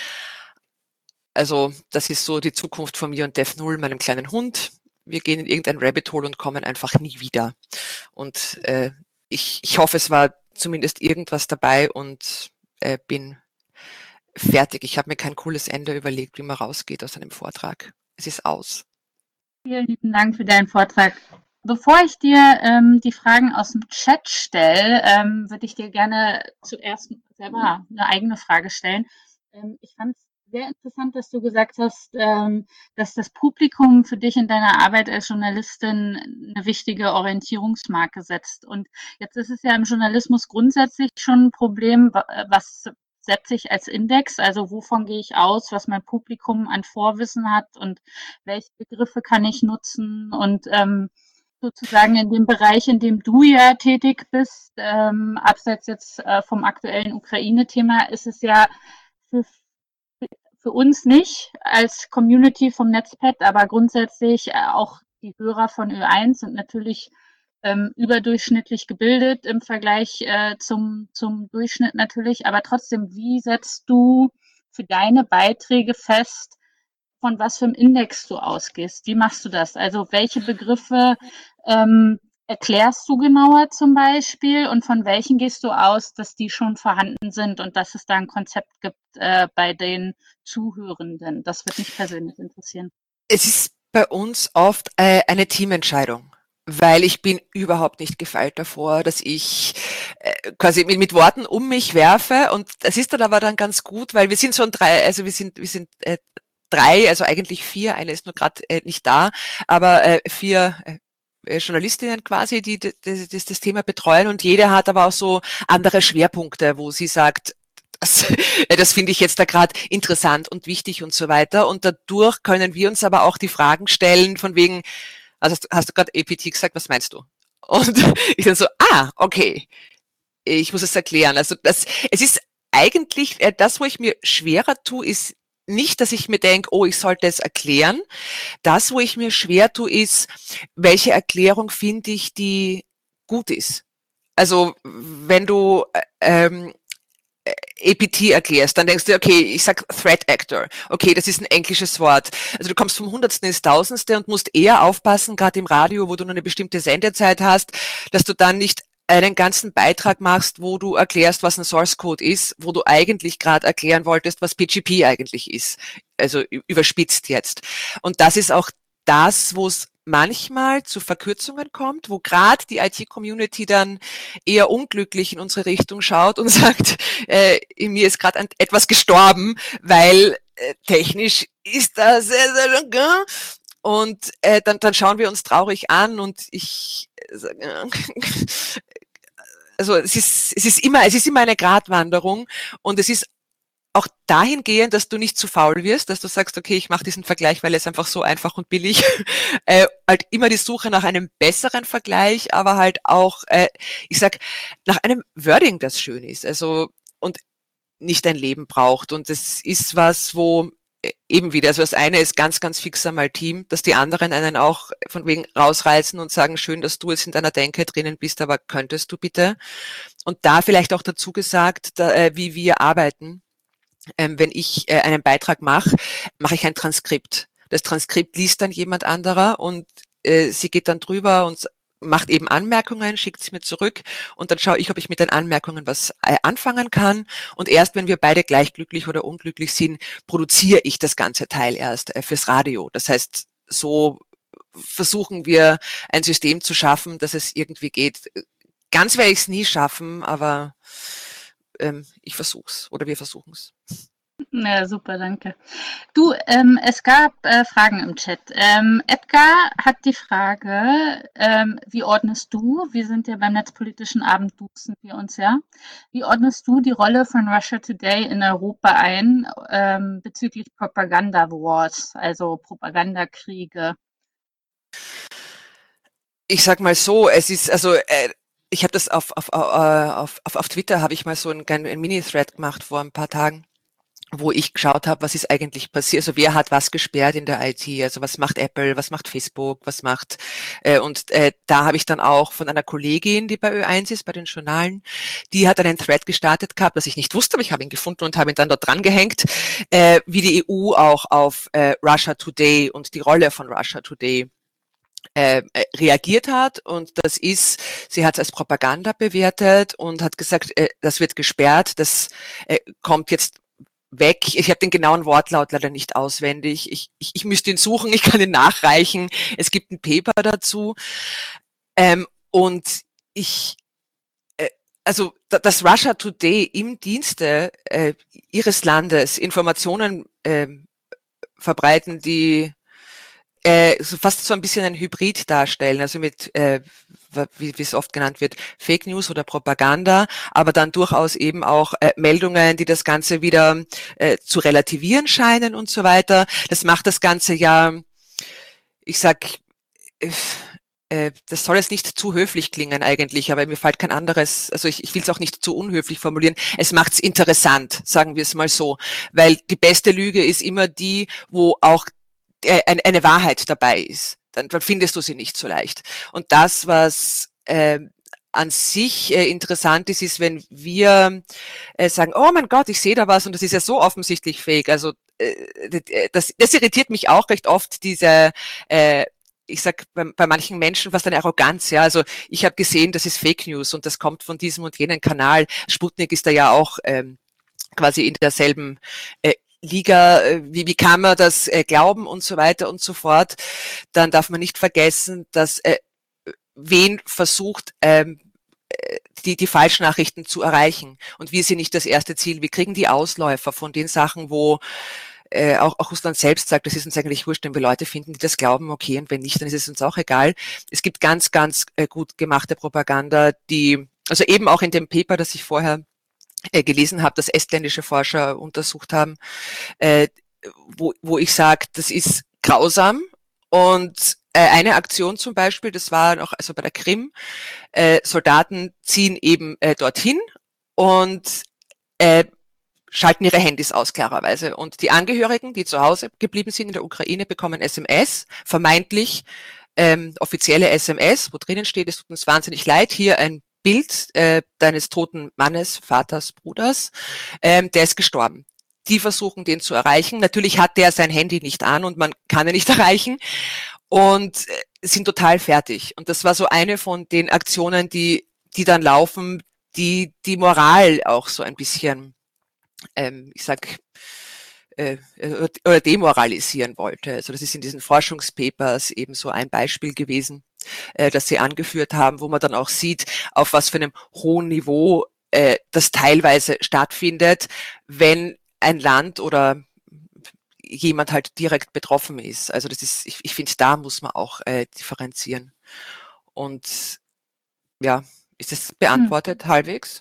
Also das ist so die Zukunft von mir und Dev Null, meinem kleinen Hund. Wir gehen in irgendein Rabbit Hole und kommen einfach nie wieder. Und äh, ich, ich hoffe, es war zumindest irgendwas dabei, und äh, bin fertig. Ich habe mir kein cooles Ende überlegt, wie man rausgeht aus einem Vortrag. Es ist aus. Vielen lieben Dank für deinen Vortrag. Bevor ich dir ähm, die Fragen aus dem Chat stelle, ähm, würde ich dir gerne zuerst selber eine eigene Frage stellen. Ähm, ich fand es sehr interessant, dass du gesagt hast, ähm, dass das Publikum für dich in deiner Arbeit als Journalistin eine wichtige Orientierungsmarke setzt. Und jetzt ist es ja im Journalismus grundsätzlich schon ein Problem, wa- was setze ich als Index, also wovon gehe ich aus, was mein Publikum an Vorwissen hat und welche Begriffe kann ich nutzen, und ähm, sozusagen in dem Bereich, in dem du ja tätig bist, ähm, abseits jetzt äh, vom aktuellen Ukraine-Thema, ist es ja für, für uns nicht als Community vom Netzpad, aber grundsätzlich äh, auch die Hörer von Ö eins sind natürlich ähm, überdurchschnittlich gebildet im Vergleich äh, zum, zum Durchschnitt natürlich. Aber trotzdem, wie setzt du für deine Beiträge fest, von was für einem Index du ausgehst? Wie machst du das? Also welche Begriffe ähm, erklärst du genauer zum Beispiel, und von welchen gehst du aus, dass die schon vorhanden sind und dass es da ein Konzept gibt äh, bei den Zuhörenden? Das würde mich persönlich interessieren. Es ist bei uns oft äh, eine Teamentscheidung, weil ich bin überhaupt nicht gefeit davor, dass ich äh, quasi mit, mit Worten um mich werfe, und das ist dann aber dann ganz gut, weil wir sind so ein drei, also wir sind wir sind äh, drei, also eigentlich vier, eine ist nur gerade äh, nicht da, aber äh, vier äh, Journalistinnen quasi, die das, das, das Thema betreuen, und jede hat aber auch so andere Schwerpunkte, wo sie sagt, das, das finde ich jetzt da gerade interessant und wichtig und so weiter. Und dadurch können wir uns aber auch die Fragen stellen von wegen, also hast, hast du gerade A P T gesagt, was meinst du? Und ich dann so, ah, okay, ich muss es erklären. Also das, es ist eigentlich, äh, das, wo ich mir schwerer tue, ist nicht, dass ich mir denke, oh, ich sollte es erklären. Das, wo ich mir schwer tue, ist, welche Erklärung finde ich, die gut ist. Also wenn du äh, ähm, A P T erklärst, dann denkst du, okay, ich sag Threat Actor. Okay, das ist ein englisches Wort. Also du kommst vom Hundertsten ins Tausendste und musst eher aufpassen, gerade im Radio, wo du nur eine bestimmte Sendezeit hast, dass du dann nicht einen ganzen Beitrag machst, wo du erklärst, was ein Source Code ist, wo du eigentlich gerade erklären wolltest, was P G P eigentlich ist. Also überspitzt jetzt. Und das ist auch das, wo es manchmal zu Verkürzungen kommt, wo gerade die I T-Community dann eher unglücklich in unsere Richtung schaut und sagt, äh, in mir ist gerade etwas gestorben, weil äh, technisch ist das sehr, sehr lang. Und äh, dann, dann schauen wir uns traurig an, und ich äh, sage, also es ist, es ist immer, es ist immer eine Gratwanderung, und es ist auch dahingehend, dass du nicht zu faul wirst, dass du sagst, okay, ich mache diesen Vergleich, weil es einfach so einfach und billig, äh, halt immer die Suche nach einem besseren Vergleich, aber halt auch, äh, ich sag, nach einem Wording, das schön ist, also und nicht ein Leben braucht. Und das ist was, wo äh, eben wieder, also das eine ist ganz, ganz fix einmal Team, dass die anderen einen auch von wegen rausreißen und sagen, schön, dass du jetzt in deiner Denke drinnen bist, aber könntest du bitte? Und da vielleicht auch dazu gesagt, da, äh, wie wir arbeiten. ähm, wenn ich äh, einen Beitrag mache, mache ich ein Transkript. Das Transkript liest dann jemand anderer und äh, sie geht dann drüber und macht eben Anmerkungen, schickt sie mir zurück und dann schaue ich, ob ich mit den Anmerkungen was äh, anfangen kann. Und erst wenn wir beide gleich glücklich oder unglücklich sind, produziere ich das ganze Teil erst äh, fürs Radio. Das heißt, so versuchen wir ein System zu schaffen, dass es irgendwie geht. Ganz werde ich es nie schaffen, aber ähm, ich versuch's oder wir versuchen's. Ja, super, danke. Du, ähm, es gab äh, Fragen im Chat. Ähm, Edgar hat die Frage, ähm, wie ordnest du, wir sind ja beim Netzpolitischen Abend, duzen wir uns ja, wie ordnest du die Rolle von Russia Today in Europa ein ähm, bezüglich Propaganda Wars, also Propagandakriege? Ich sag mal so, es ist also äh, ich habe das auf auf, äh, auf auf auf Twitter habe ich mal so einen kleinen Mini-Thread gemacht vor ein paar Tagen, wo ich geschaut habe, was ist eigentlich passiert, also wer hat was gesperrt in der I T, also was macht Apple, was macht Facebook, was macht äh, und äh, da habe ich dann auch von einer Kollegin, die bei Ö eins ist, bei den Journalen, die hat einen Thread gestartet gehabt, was ich nicht wusste, aber ich habe ihn gefunden und habe ihn dann dort dran gehängt, äh, wie die E U auch auf äh, Russia Today und die Rolle von Russia Today Äh, reagiert hat und das ist, sie hat es als Propaganda bewertet und hat gesagt, äh, das wird gesperrt, das äh, kommt jetzt weg. Ich habe den genauen Wortlaut leider nicht auswendig. Ich, ich, ich müsste ihn suchen, ich kann ihn nachreichen. Es gibt ein Paper dazu. Ähm, und ich, äh, also dass Russia Today im Dienste äh, ihres Landes Informationen äh, verbreiten, die äh, so fast so ein bisschen ein Hybrid darstellen, also mit, äh, wie, wie es oft genannt wird, Fake News oder Propaganda, aber dann durchaus eben auch äh, Meldungen, die das Ganze wieder äh, zu relativieren scheinen und so weiter. Das macht das Ganze ja, ich sag, äh, äh, das soll jetzt nicht zu höflich klingen eigentlich, aber mir fällt kein anderes, also ich, ich will es auch nicht zu unhöflich formulieren, es macht's interessant, sagen wir es mal so, weil die beste Lüge ist immer die, wo auch eine Wahrheit dabei ist, dann, dann findest du sie nicht so leicht. Und das, was äh, an sich äh, interessant ist, ist, wenn wir äh, sagen, oh mein Gott, ich sehe da was und das ist ja so offensichtlich fake. Also äh, das, das irritiert mich auch recht oft, diese äh, ich sag bei, bei manchen Menschen fast eine Arroganz, ja, also ich habe gesehen, das ist Fake News und das kommt von diesem und jenen Kanal. Sputnik ist da ja auch ähm, quasi in derselben äh, Liga, wie, wie kann man das äh, glauben und so weiter und so fort, dann darf man nicht vergessen, dass äh, wen versucht, ähm, die, die Falschnachrichten zu erreichen. Und wir sind nicht das erste Ziel. Wir kriegen die Ausläufer von den Sachen, wo äh, auch, auch Russland selbst sagt, das ist uns eigentlich wurscht, wenn wir Leute finden, die das glauben, okay, und wenn nicht, dann ist es uns auch egal. Es gibt ganz, ganz äh, gut gemachte Propaganda, die, also eben auch in dem Paper, das ich vorher gelesen habe, dass estländische Forscher untersucht haben, äh, wo, wo ich sage, das ist grausam. Und äh, eine Aktion zum Beispiel, das war noch also bei der Krim, äh, Soldaten ziehen eben äh, dorthin und äh, schalten ihre Handys aus, klarerweise. Und die Angehörigen, die zu Hause geblieben sind in der Ukraine, bekommen S M S, vermeintlich ähm, offizielle S M S, wo drinnen steht, es tut uns wahnsinnig leid, hier ein Bild äh, deines toten Mannes, Vaters, Bruders, ähm, der ist gestorben. Die versuchen, den zu erreichen. Natürlich hat der sein Handy nicht an und man kann ihn nicht erreichen und äh, sind total fertig. Und das war so eine von den Aktionen, die, die dann laufen, die die Moral auch so ein bisschen, ähm, ich sag, äh, oder demoralisieren wollte. Also das ist in diesen Forschungspapers eben so ein Beispiel gewesen, äh, das sie angeführt haben, wo man dann auch sieht, auf was für einem hohen Niveau äh, das teilweise stattfindet, wenn ein Land oder jemand halt direkt betroffen ist. Also das ist, ich, ich finde, da muss man auch äh, differenzieren. Und ja, ist das beantwortet hm. halbwegs?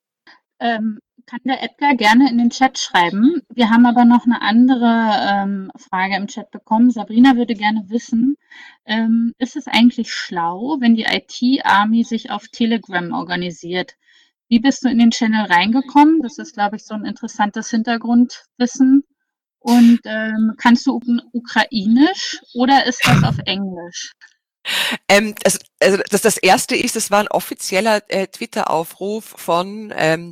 Ähm, kann der Edgar gerne in den Chat schreiben. Wir haben aber noch eine andere ähm, Frage im Chat bekommen. Sabrina würde gerne wissen, ähm, ist es eigentlich schlau, wenn die I T-Army sich auf Telegram organisiert? Wie bist du in den Channel reingekommen? Das ist, glaube ich, so ein interessantes Hintergrundwissen. Und ähm, kannst du Ukrainisch oder ist das auf Englisch? Ähm, also, also das, das erste ist, das war ein offizieller äh, Twitter-Aufruf von ähm,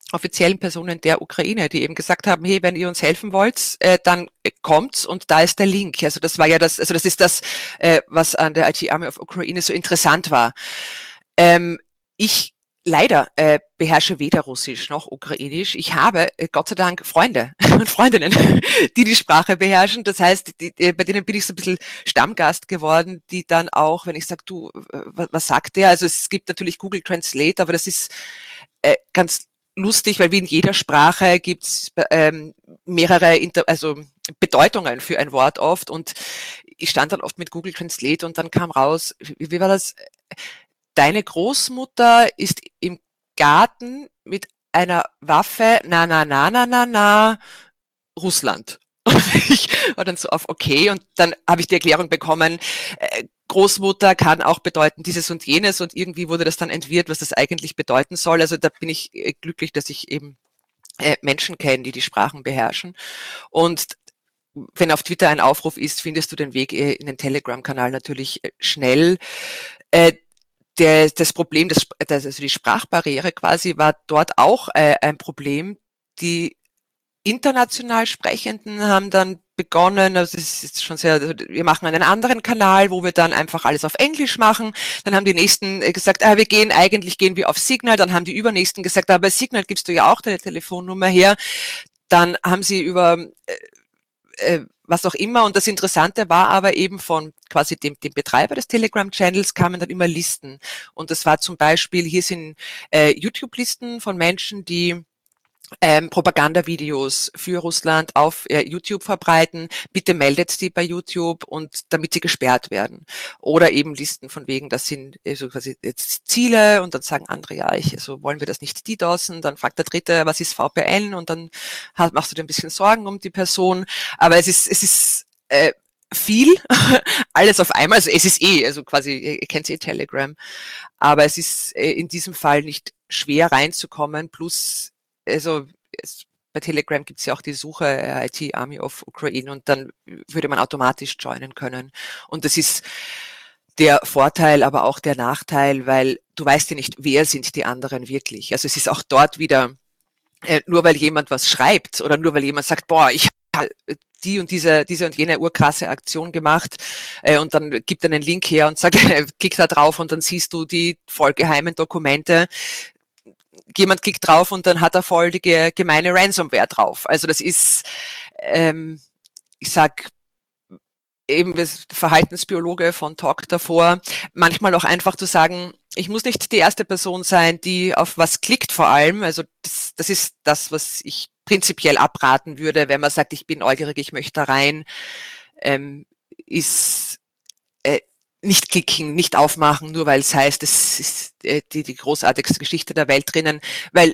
offiziellen Personen der Ukraine, die eben gesagt haben, hey, wenn ihr uns helfen wollt, äh, dann kommt's und da ist der Link. Also das war ja das, also das ist das, äh, was an der I T Army of Ukraine so interessant war. Ähm, ich leider äh, beherrsche weder Russisch noch Ukrainisch. Ich habe äh, Gott sei Dank Freunde und Freundinnen, die die Sprache beherrschen. Das heißt, die, die, bei denen bin ich so ein bisschen Stammgast geworden, die dann auch, wenn ich sage, du, was, was sagt der? Also es gibt natürlich Google Translate, aber das ist äh, ganz lustig, weil wie in jeder Sprache gibt's ähm, mehrere Inter also Bedeutungen für ein Wort oft und ich stand dann oft mit Google Translate und dann kam raus, wie, wie war das? Deine Großmutter ist im Garten mit einer Waffe, na, na, na, na, na, na, Russland. Und ich war dann so auf okay und dann habe ich die Erklärung bekommen, äh, Großmutter kann auch bedeuten dieses und jenes und irgendwie wurde das dann entwirrt, was das eigentlich bedeuten soll. Also da bin ich äh, glücklich, dass ich eben äh, Menschen kenne, die die Sprachen beherrschen. Und wenn auf Twitter ein Aufruf ist, findest du den Weg äh, in den Telegram-Kanal natürlich äh, schnell. Äh, Der, das Problem, das, also die Sprachbarriere quasi war dort auch äh, ein Problem. Die international Sprechenden haben dann begonnen, also es ist schon sehr, wir machen einen anderen Kanal, wo wir dann einfach alles auf Englisch machen. Dann haben die Nächsten gesagt, ah, wir gehen, eigentlich gehen wir auf Signal. Dann haben die Übernächsten gesagt, aber bei Signal gibst du ja auch deine Telefonnummer her. Dann haben sie über äh, was auch immer. Und das Interessante war aber eben von quasi dem, dem Betreiber des Telegram-Channels kamen dann immer Listen. Und das war zum Beispiel, hier sind äh, YouTube-Listen von Menschen, die ähm, Propagandavideos für Russland auf äh, YouTube verbreiten. Bitte meldet die bei YouTube und damit sie gesperrt werden. Oder eben Listen von wegen, das sind also quasi jetzt Ziele und dann sagen andere, ja, ich, also wollen wir das nicht DDoSen, dann fragt der Dritte, was ist V P N und dann hast, machst du dir ein bisschen Sorgen um die Person. Aber es ist, es ist äh, viel, alles auf einmal, also es ist eh, also quasi, ihr kennt eh Telegram, aber es ist äh, in diesem Fall nicht schwer reinzukommen, plus also es, bei Telegram gibt es ja auch die Suche äh, I T Army of Ukraine und dann würde man automatisch joinen können. Und das ist der Vorteil, aber auch der Nachteil, weil du weißt ja nicht, wer sind die anderen wirklich. Also es ist auch dort wieder, äh, nur weil jemand was schreibt oder nur weil jemand sagt, boah, ich habe die und diese, diese und jene urkrasse Aktion gemacht äh, und dann gibt einen Link her und sagt, klick da drauf und dann siehst du die voll geheimen Dokumente. Jemand klickt drauf und dann hat er voll die gemeine Ransomware drauf. Also das ist, ähm, ich sag eben das Verhaltensbiologe von Talk davor, manchmal auch einfach zu sagen, ich muss nicht die erste Person sein, die auf was klickt vor allem. Also das, das ist das, was ich prinzipiell abraten würde, wenn man sagt, ich bin neugierig, ich möchte da rein, ähm, ist äh, nicht klicken, nicht aufmachen, nur weil es heißt, es ist äh, die, die großartigste Geschichte der Welt drinnen, weil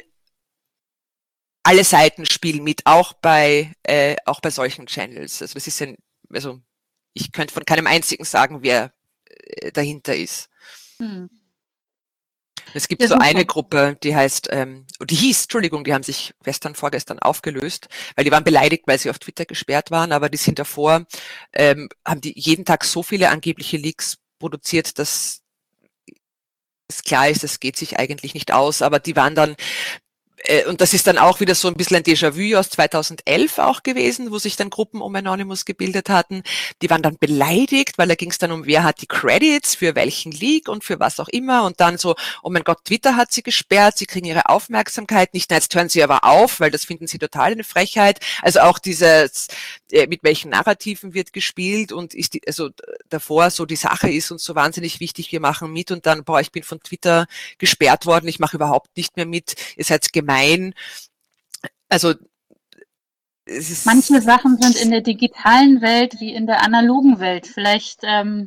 alle Seiten spielen mit, auch bei äh, auch bei solchen Channels. Also das ist ein, also ich könnte von keinem einzigen sagen, wer äh, dahinter ist. Hm. Es gibt ja, so super. Eine Gruppe, die heißt, ähm, die hieß, Entschuldigung, die haben sich gestern, vorgestern aufgelöst, weil die waren beleidigt, weil sie auf Twitter gesperrt waren, aber die sind davor, ähm, haben die jeden Tag so viele angebliche Leaks produziert, dass es klar ist, das geht sich eigentlich nicht aus, aber die waren dann, äh, und das ist dann auch wieder so ein bisschen ein Déjà-vu aus zweitausendelf auch gewesen, wo sich dann Gruppen um Anonymous gebildet hatten. Die waren dann beleidigt, weil da ging es dann um, wer hat die Credits für welchen Leak und für was auch immer. Und dann so, oh mein Gott, Twitter hat sie gesperrt, sie kriegen ihre Aufmerksamkeit nicht. Na, jetzt hören sie aber auf, weil das finden sie total eine Frechheit. Also auch dieses, äh, mit welchen Narrativen wird gespielt und ist die, also davor so die Sache ist uns so wahnsinnig wichtig, wir machen mit und dann, boah, ich bin von Twitter gesperrt worden, ich mache überhaupt nicht mehr mit, ihr seid gemein. Also es ist manche Sachen sind in der digitalen Welt wie in der analogen Welt vielleicht ähm,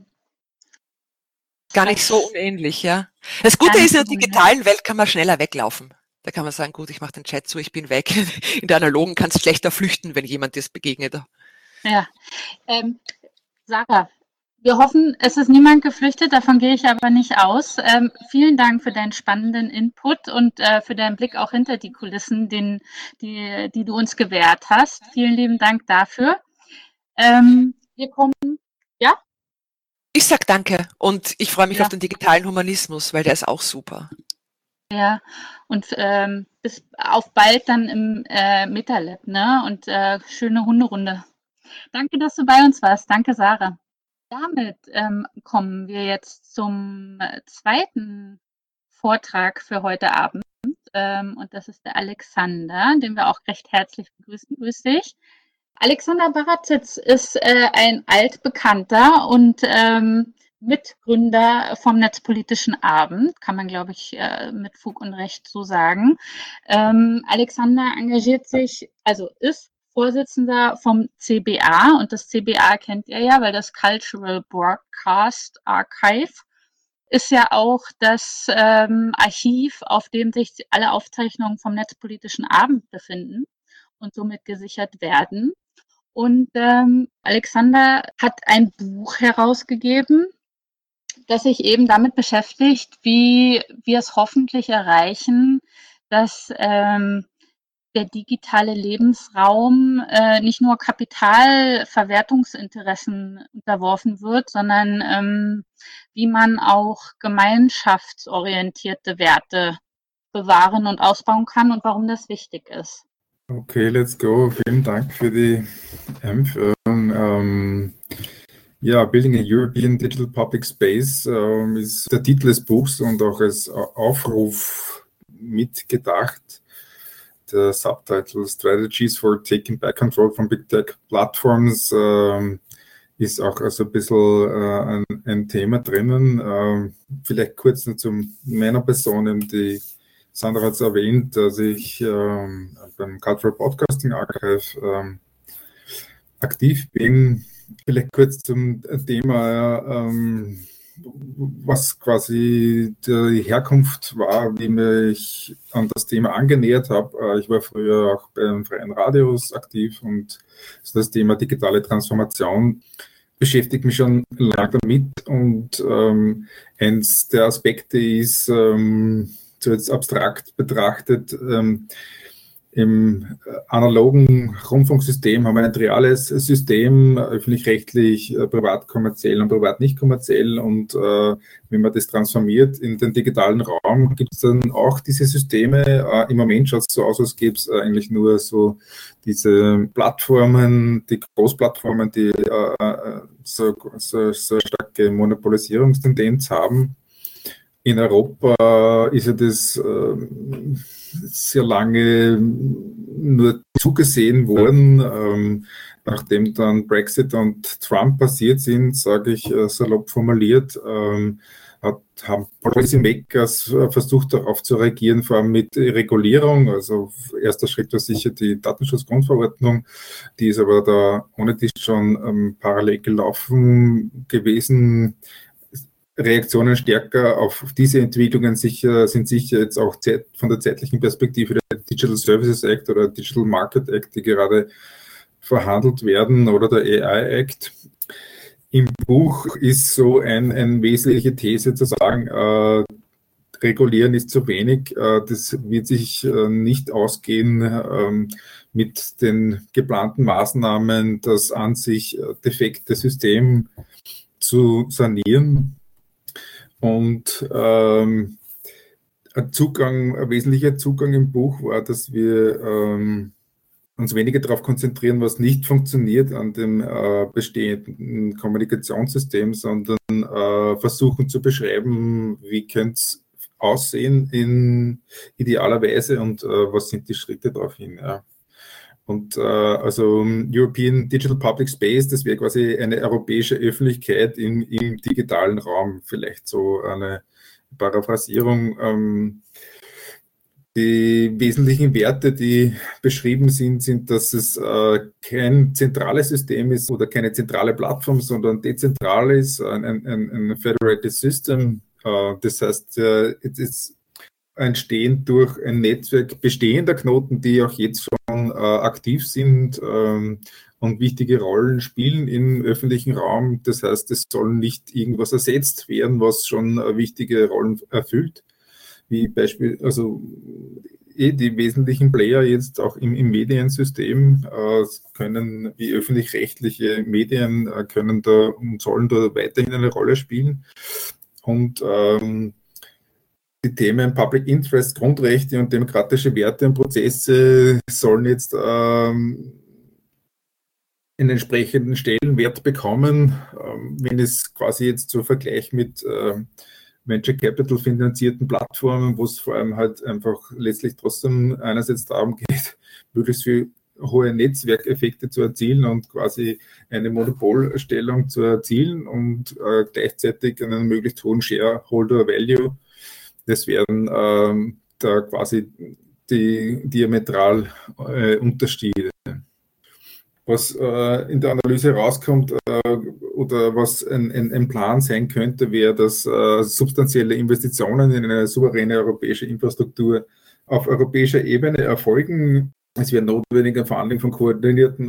gar nicht so unähnlich, ja. Das Gute ist, in der digitalen Welt kann man schneller weglaufen. Da kann man sagen, gut, ich mache den Chat zu, ich bin weg. In der analogen kannst du schlechter flüchten, wenn jemand dir begegnet. Ja, ähm, Sarah, wir hoffen, es ist niemand geflüchtet, davon gehe ich aber nicht aus. Ähm, vielen Dank für deinen spannenden Input und äh, für deinen Blick auch hinter die Kulissen, den, die, die du uns gewährt hast. Vielen lieben Dank dafür. Ähm, wir kommen, ja? Ich sag danke und ich freue mich ja. auf den digitalen Humanismus, weil der ist auch super. Ja, und ähm, bis auf bald dann im äh, MetaLab, ne? Und äh, schöne Hunderunde. Danke, dass du bei uns warst. Danke, Sarah. Damit ähm, kommen wir jetzt zum äh, zweiten Vortrag für heute Abend. Ähm, und das ist der Alexander, den wir auch recht herzlich begrüßen. Grüß dich. Alexander Baratitz ist äh, ein altbekannter und ähm, Mitgründer vom Netzpolitischen Abend, kann man, glaube ich, äh, mit Fug und Recht so sagen. Ähm, Alexander engagiert sich, also ist Vorsitzender vom C B A, und das C B A kennt ihr ja, weil das Cultural Broadcast Archive ist ja auch das ähm, Archiv, auf dem sich alle Aufzeichnungen vom Netzpolitischen Abend befinden und somit gesichert werden. Und ähm, Alexander hat ein Buch herausgegeben, das sich eben damit beschäftigt, wie wir es hoffentlich erreichen, dass ähm, der digitale Lebensraum äh, nicht nur Kapitalverwertungsinteressen unterworfen wird, sondern ähm, wie man auch gemeinschaftsorientierte Werte bewahren und ausbauen kann und warum das wichtig ist. Okay, let's go. Vielen Dank für die Einführung. Ähm, ja, Building a European Digital Public Space ähm, ist der Titel des Buchs und auch als Aufruf mitgedacht. Der Subtitle Strategies for Taking Back Control from Big Tech Platforms ähm, ist auch also ein bisschen äh, ein, ein Thema drinnen. Ähm, vielleicht kurz noch zu meiner Person, die Sandra hat es erwähnt, dass ich ähm, beim Cultural Broadcasting Archive ähm, aktiv bin. Vielleicht kurz zum Thema, ähm, was quasi die Herkunft war, wie mich an das Thema angenähert habe. Ich war früher auch beim Freien Radios aktiv und das Thema digitale Transformation beschäftigt mich schon lange damit. Und ähm, eins der Aspekte ist, ähm, so jetzt abstrakt betrachtet, ähm, im analogen Rundfunksystem haben wir ein triales System, öffentlich-rechtlich, äh, privat-kommerziell und privat-nicht kommerziell. Und äh, wenn man das transformiert in den digitalen Raum, gibt es dann auch diese Systeme. Äh, Im Moment schaut es so aus, als gäbe es äh, eigentlich nur so diese Plattformen, die Großplattformen, die äh, so, so, so starke Monopolisierungstendenz haben. In Europa ist ja das äh, sehr lange nur zugesehen worden. Ähm, nachdem dann Brexit und Trump passiert sind, sage ich äh, salopp formuliert, ähm, hat, haben Policymakers versucht darauf zu reagieren, vor allem mit Regulierung. Also erster Schritt war sicher die Datenschutzgrundverordnung, die ist aber da ohne dies schon ähm, parallel gelaufen gewesen. Reaktionen stärker auf diese Entwicklungen sicher, sind sicher jetzt auch von der zeitlichen Perspektive der Digital Services Act oder Digital Market Act, die gerade verhandelt werden, oder der A I Act. Im Buch ist so ein, eine wesentliche These zu sagen, äh, regulieren ist zu wenig. Äh, das wird sich äh, nicht ausgehen äh, mit den geplanten Maßnahmen, das an sich äh, defekte System zu sanieren. Und ähm, ein Zugang, ein wesentlicher Zugang im Buch war, dass wir ähm, uns weniger darauf konzentrieren, was nicht funktioniert an dem äh, bestehenden Kommunikationssystem, sondern äh, versuchen zu beschreiben, wie könnte es aussehen in idealer Weise und äh, was sind die Schritte darauf hin. Ja. Und äh, also European Digital Public Space, das wäre quasi eine europäische Öffentlichkeit im, im digitalen Raum, vielleicht so eine Paraphrasierung. Ähm, die wesentlichen Werte, die beschrieben sind, sind, dass es äh, kein zentrales System ist oder keine zentrale Plattform, sondern dezentral ist, ein, ein, ein Federated System. Äh, das heißt, äh, es ist entstehen durch ein Netzwerk bestehender Knoten, die auch jetzt schon äh, aktiv sind ähm, und wichtige Rollen spielen im öffentlichen Raum. Das heißt, es soll nicht irgendwas ersetzt werden, was schon äh, wichtige Rollen erfüllt, wie Beispiel, also eh die wesentlichen Player jetzt auch im, im Mediensystem äh, können, wie öffentlich-rechtliche Medien äh, können da und sollen da weiterhin eine Rolle spielen. Und ähm, die Themen Public Interest, Grundrechte und demokratische Werte und Prozesse sollen jetzt ähm, einen entsprechenden Stellenwert bekommen, ähm, wenn es quasi jetzt so Vergleich mit ähm, Venture Capital finanzierten Plattformen, wo es vor allem halt einfach letztlich trotzdem einerseits darum geht, möglichst viel hohe Netzwerkeffekte zu erzielen und quasi eine Monopolstellung zu erzielen und äh, gleichzeitig einen möglichst hohen Shareholder Value. Das wären ähm, da quasi die diametral äh, Unterschiede. Was äh, in der Analyse rauskommt äh, oder was ein, ein, ein Plan sein könnte, wäre, dass äh, substanzielle Investitionen in eine souveräne europäische Infrastruktur auf europäischer Ebene erfolgen. Es wäre notwendig, ein Verhandlung von koordinierten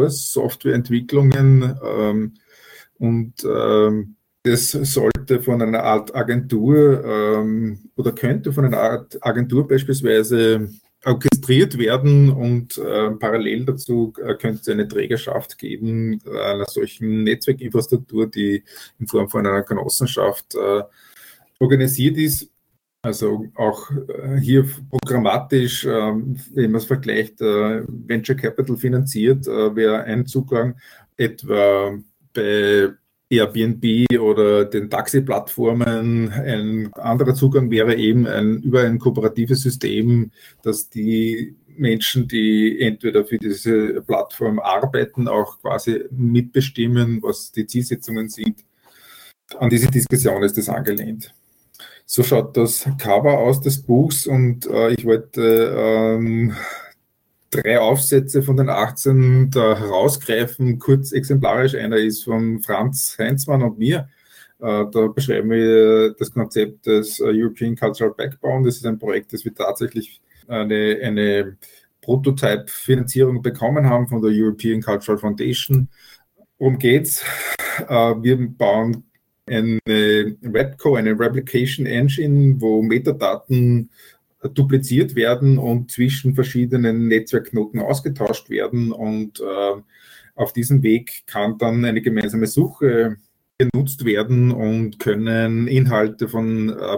Open-Source-Softwareentwicklungen ähm, und ähm, das sollte von einer Art Agentur ähm, oder könnte von einer Art Agentur beispielsweise orchestriert werden und äh, parallel dazu äh, könnte es eine Trägerschaft geben äh, einer solchen Netzwerkinfrastruktur, die in Form von einer Genossenschaft äh, organisiert ist. Also auch äh, hier programmatisch, äh, wenn man es vergleicht, äh, Venture Capital finanziert, äh, wäre ein Zugang etwa bei Airbnb oder den Taxi-Plattformen. Ein anderer Zugang wäre eben ein, über ein kooperatives System, dass die Menschen, die entweder für diese Plattform arbeiten, auch quasi mitbestimmen, was die Zielsetzungen sind. An diese Diskussion ist das angelehnt. So schaut das Cover aus des Buchs und äh, ich wollte ähm, drei Aufsätze von den achtzehn da herausgreifen, kurz exemplarisch. Einer ist von Franz Heinzmann und mir. Äh, da beschreiben wir das Konzept des uh, European Cultural Backbone. Das ist ein Projekt, das wir tatsächlich eine, eine Prototype-Finanzierung bekommen haben von der European Cultural Foundation. Worum geht's? Äh, wir bauen eine Webco, eine Replication Engine, wo Metadaten dupliziert werden und zwischen verschiedenen Netzwerkknoten ausgetauscht werden und äh, auf diesem Weg kann dann eine gemeinsame Suche genutzt werden und können Inhalte von äh,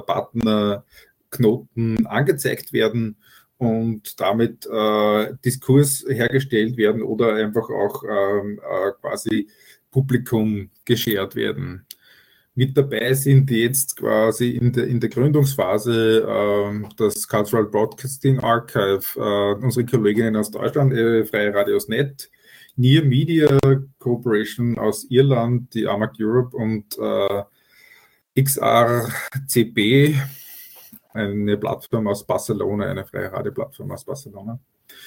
Partnerknoten angezeigt werden und damit äh, Diskurs hergestellt werden oder einfach auch ähm, äh, quasi Publikum geshared werden. Mit dabei sind jetzt quasi in der, in der Gründungsphase äh, das Cultural Broadcasting Archive, äh, unsere Kolleginnen aus Deutschland, äh, Freie Radios Punkt net, Near Media Corporation aus Irland, die A M A C Europe und äh, X R C B, eine Plattform aus Barcelona, eine freie Radioplattform aus Barcelona.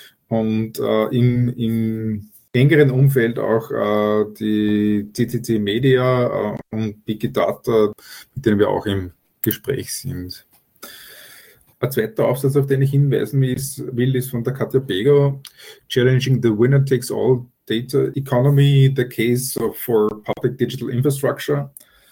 Und äh, im, im engeren Umfeld auch äh, die C C C Media äh, und Big Data, mit denen wir auch im Gespräch sind. Ein zweiter Aufsatz, auf den ich hinweisen will, ist von der Katja Bego, Challenging the Winner Takes All Data Economy, the Case for Public Digital Infrastructure.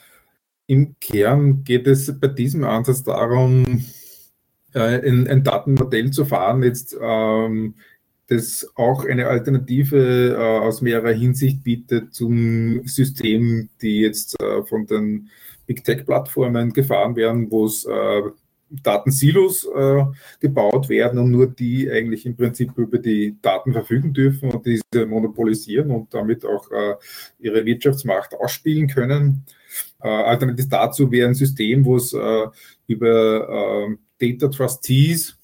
Im Kern geht es bei diesem Ansatz darum, äh, ein, ein Datenmodell zu fahren, jetzt ähm, das auch eine Alternative äh, aus mehrerer Hinsicht bietet zum System, die jetzt äh, von den Big Tech-Plattformen gefahren werden, wo es äh, Datensilos äh, gebaut werden und nur die eigentlich im Prinzip über die Daten verfügen dürfen und diese monopolisieren und damit auch äh, ihre Wirtschaftsmacht ausspielen können. Äh, alternativ dazu wäre ein System, wo es äh, über äh, Data Trustees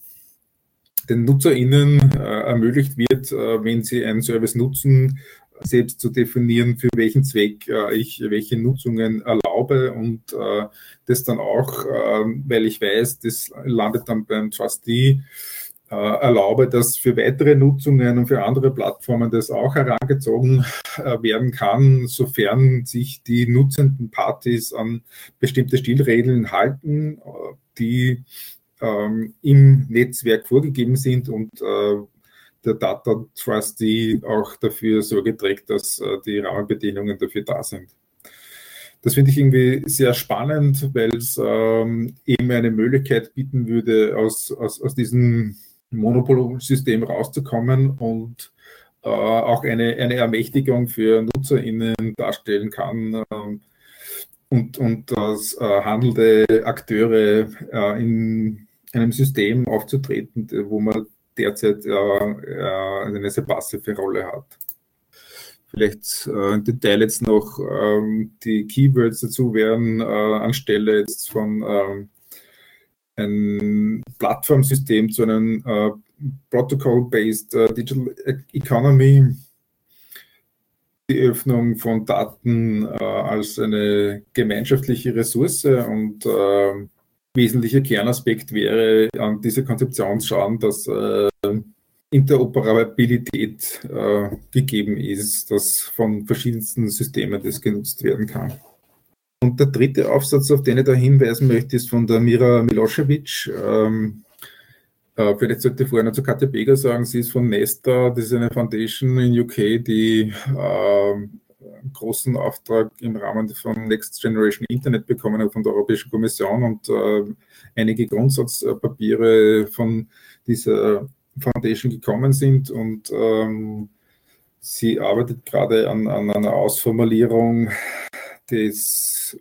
den NutzerInnen äh, ermöglicht wird, äh, wenn sie einen Service nutzen, selbst zu definieren, für welchen Zweck äh, ich welche Nutzungen erlaube und äh, das dann auch, äh, weil ich weiß, das landet dann beim Trustee, äh, erlaube, dass für weitere Nutzungen und für andere Plattformen das auch herangezogen äh, werden kann, sofern sich die nutzenden Partys an bestimmte Spielregeln halten, äh, die ähm, im Netzwerk vorgegeben sind und äh, der Data Trustee auch dafür Sorge trägt, dass äh, die Rahmenbedingungen dafür da sind. Das finde ich irgendwie sehr spannend, weil es ähm, eben eine Möglichkeit bieten würde, aus, aus, aus diesem Monopolsystem rauszukommen und äh, auch eine, eine Ermächtigung für NutzerInnen darstellen kann, äh, und, und dass äh, handelnde Akteure äh, in einem System aufzutreten, wo man derzeit äh, äh, eine sehr passive Rolle hat. Vielleicht äh, im Detail jetzt noch ähm, die Keywords dazu wären, äh, anstelle jetzt von ähm, ein Plattformsystem zu einem äh, Protocol-based äh, Digital Economy, die Öffnung von Daten äh, als eine gemeinschaftliche Ressource und äh, wesentlicher Kernaspekt wäre an dieser Konzeption schauen, dass äh, Interoperabilität äh, gegeben ist, dass von verschiedensten Systemen das genutzt werden kann. Und der dritte Aufsatz, auf den ich da hinweisen möchte, ist von der Mira Milosevic. Ähm, äh, vielleicht sollte ich vorher noch zu Katja Beger sagen, sie ist von Nesta, das ist eine Foundation in U K, die äh, einen großen Auftrag im Rahmen von Next Generation Internet bekommen hat von der Europäischen Kommission und äh, einige Grundsatzpapiere von dieser Foundation gekommen sind und ähm, sie arbeitet gerade an, an einer Ausformulierung des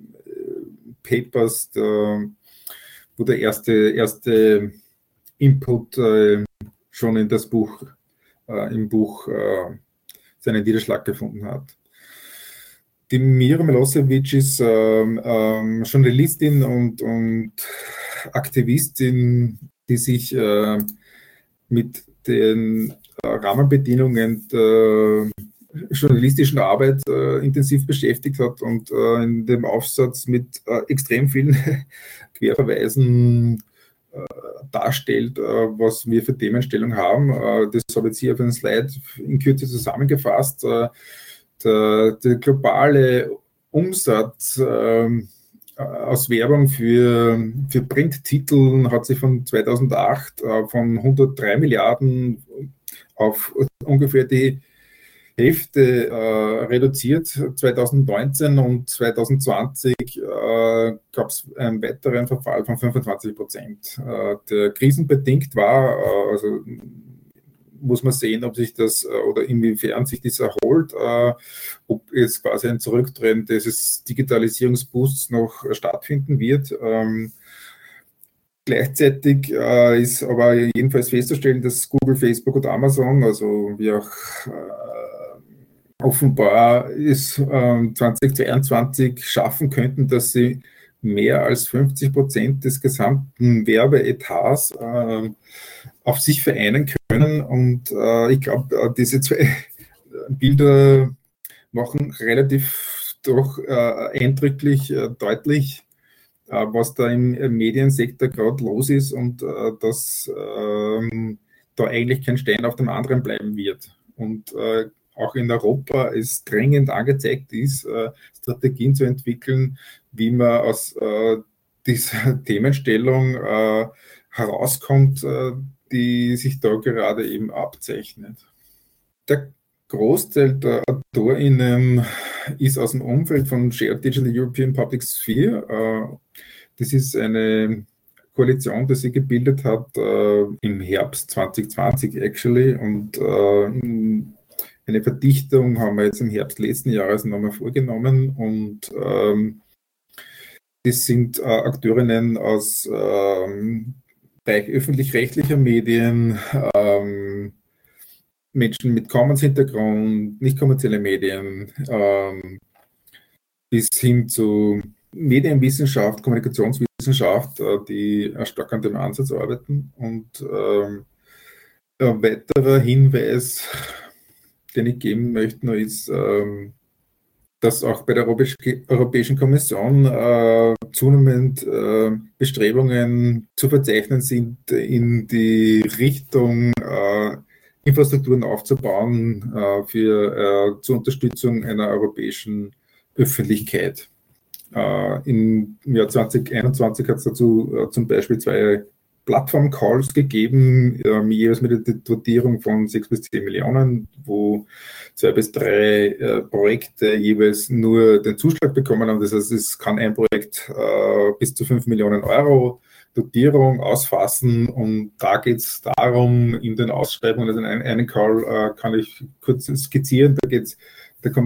Papers, der, wo der erste, erste Input äh, schon in das Buch, äh, im Buch äh, seinen Niederschlag gefunden hat. Die Mira Milosevic ist ähm, ähm, Journalistin und, und Aktivistin, die sich äh, mit den äh, Rahmenbedingungen der journalistischen Arbeit äh, intensiv beschäftigt hat und äh, in dem Aufsatz mit äh, extrem vielen Querverweisen äh, darstellt, äh, was wir für Themenstellung haben. Äh, das habe ich jetzt hier auf einem Slide in Kürze zusammengefasst. Äh, der, der globale Umsatz äh, aus Werbung für, für Printtitel hat sich von zweitausendacht äh, von hundertdrei Milliarden auf ungefähr die Hälfte äh, reduziert. zweitausendneunzehn und zweitausendzwanzig äh, gab es einen weiteren Verfall von fünfundzwanzig Prozent. Äh, der krisenbedingt war, äh, also muss man sehen, ob sich das äh, oder inwiefern sich das erholt, äh, ob jetzt quasi ein Zurückdrehen dieses Digitalisierungsboosts noch stattfinden wird. Ähm, Gleichzeitig äh, ist aber jedenfalls festzustellen, dass Google, Facebook und Amazon, also wie auch äh, offenbar ist, äh, zweitausendzweiundzwanzig schaffen könnten, dass sie mehr als fünfzig Prozent des gesamten Werbeetats äh, auf sich vereinen können. Und äh, ich glaube, äh, diese zwei Bilder machen relativ doch äh, eindrücklich äh, deutlich, was da im Mediensektor gerade los ist und äh, dass ähm, da eigentlich kein Stein auf dem anderen bleiben wird. Und äh, auch in Europa es dringend angezeigt ist, äh, Strategien zu entwickeln, wie man aus äh, dieser Themenstellung äh, herauskommt, äh, die sich da gerade eben abzeichnet. Der Großteil der AutorInnen ist aus dem Umfeld von Shared Digital European Public Sphere. Das ist eine Koalition, die sie gebildet hat im Herbst zwanzig zwanzig actually und eine Verdichtung haben wir jetzt im Herbst letzten Jahres nochmal vorgenommen und das sind Akteurinnen aus Bereich öffentlich-rechtlicher Medien, Menschen mit Commons-Hintergrund, nicht kommerzielle Medien, ähm, bis hin zu Medienwissenschaft, Kommunikationswissenschaft, äh, die stark an dem Ansatz arbeiten. Und ähm, ein weiterer Hinweis, den ich geben möchte, noch ist, ähm, dass auch bei der Europäisch- Europäischen Kommission äh, zunehmend äh, Bestrebungen zu verzeichnen sind in die Richtung, äh, Infrastrukturen aufzubauen äh, für, äh, zur Unterstützung einer europäischen Öffentlichkeit. Äh, Im Jahr zwanzig einundzwanzig hat es dazu äh, zum Beispiel zwei Plattform-Calls gegeben, äh, jeweils mit der Dotierung von sechs bis zehn Millionen, wo zwei bis drei äh, Projekte jeweils nur den Zuschlag bekommen haben. Das heißt, es kann ein Projekt äh, bis zu fünf Millionen Euro Dotierung ausfassen und da geht es darum, in den Ausschreibungen, also einen, einen Call äh, kann ich kurz skizzieren, da geht es der Kommission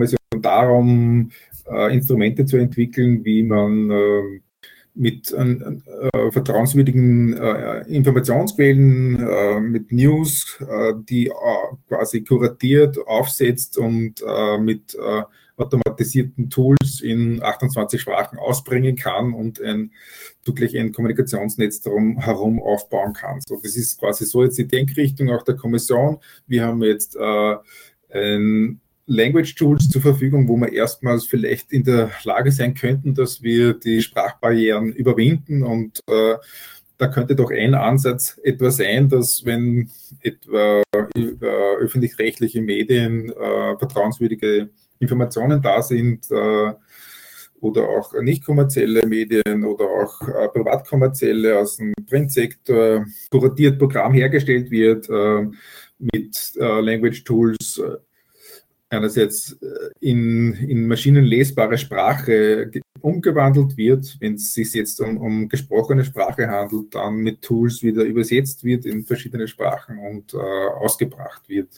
darum, äh, Instrumente zu entwickeln, wie man äh, mit äh, äh, vertrauenswürdigen äh, Informationsquellen, äh, mit News, äh, die äh, quasi kuratiert aufsetzt und äh, mit äh, automatisierten Tools in achtundzwanzig Sprachen ausbringen kann und ein, wirklich ein Kommunikationsnetz darum herum aufbauen kann. So, das ist quasi so jetzt die Denkrichtung auch der Kommission. Wir haben jetzt äh, ein Language Tools zur Verfügung, wo wir erstmals vielleicht in der Lage sein könnten, dass wir die Sprachbarrieren überwinden, und äh, da könnte doch ein Ansatz etwa sein, dass wenn etwa über öffentlich-rechtliche Medien äh, vertrauenswürdige Informationen da sind äh, oder auch nicht kommerzielle Medien oder auch äh, privatkommerzielle aus dem Printsektor, kuratiert Programm hergestellt wird äh, mit äh, Language Tools, äh, einerseits in, in maschinenlesbare Sprache umgewandelt wird, wenn es sich jetzt um, um gesprochene Sprache handelt, dann mit Tools wieder übersetzt wird in verschiedene Sprachen und äh, ausgebracht wird.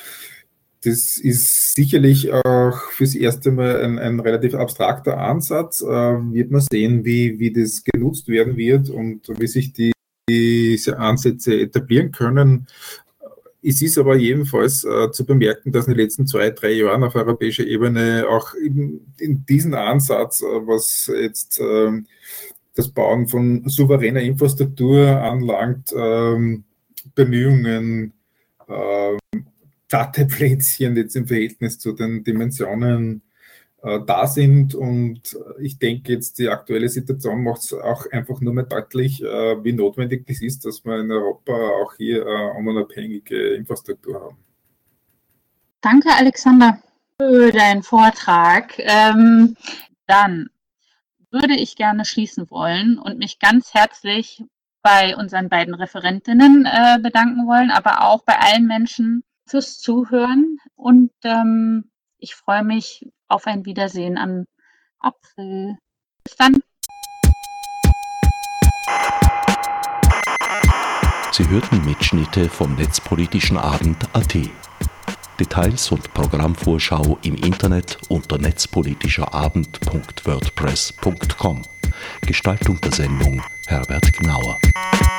Das ist sicherlich auch fürs erste Mal ein, ein relativ abstrakter Ansatz. Äh, wird man sehen, wie, wie das genutzt werden wird und wie sich die, diese Ansätze etablieren können. Es ist aber jedenfalls äh, zu bemerken, dass in den letzten zwei, drei Jahren auf europäischer Ebene auch in, in diesen Ansatz, äh, was jetzt äh, das Bauen von souveräner Infrastruktur anlangt, äh, Bemühungen, äh, Datenplätzchen jetzt im Verhältnis zu den Dimensionen äh, da sind. Und ich denke jetzt, die aktuelle Situation macht es auch einfach nur mehr deutlich, äh, wie notwendig das ist, dass wir in Europa auch hier äh, unabhängige Infrastruktur haben. Danke, Alexander, für deinen Vortrag. Ähm, dann würde ich gerne schließen wollen und mich ganz herzlich bei unseren beiden Referentinnen äh, bedanken wollen, aber auch bei allen Menschen fürs Zuhören. Und ähm, ich freue mich auf ein Wiedersehen am April. Bis dann. Sie hörten Mitschnitte vom Netzpolitischen Abend Punkt a t. Details und Programmvorschau im Internet unter netzpolitischerabend punkt wordpress punkt com. Gestaltung der Sendung Herbert Gnauer.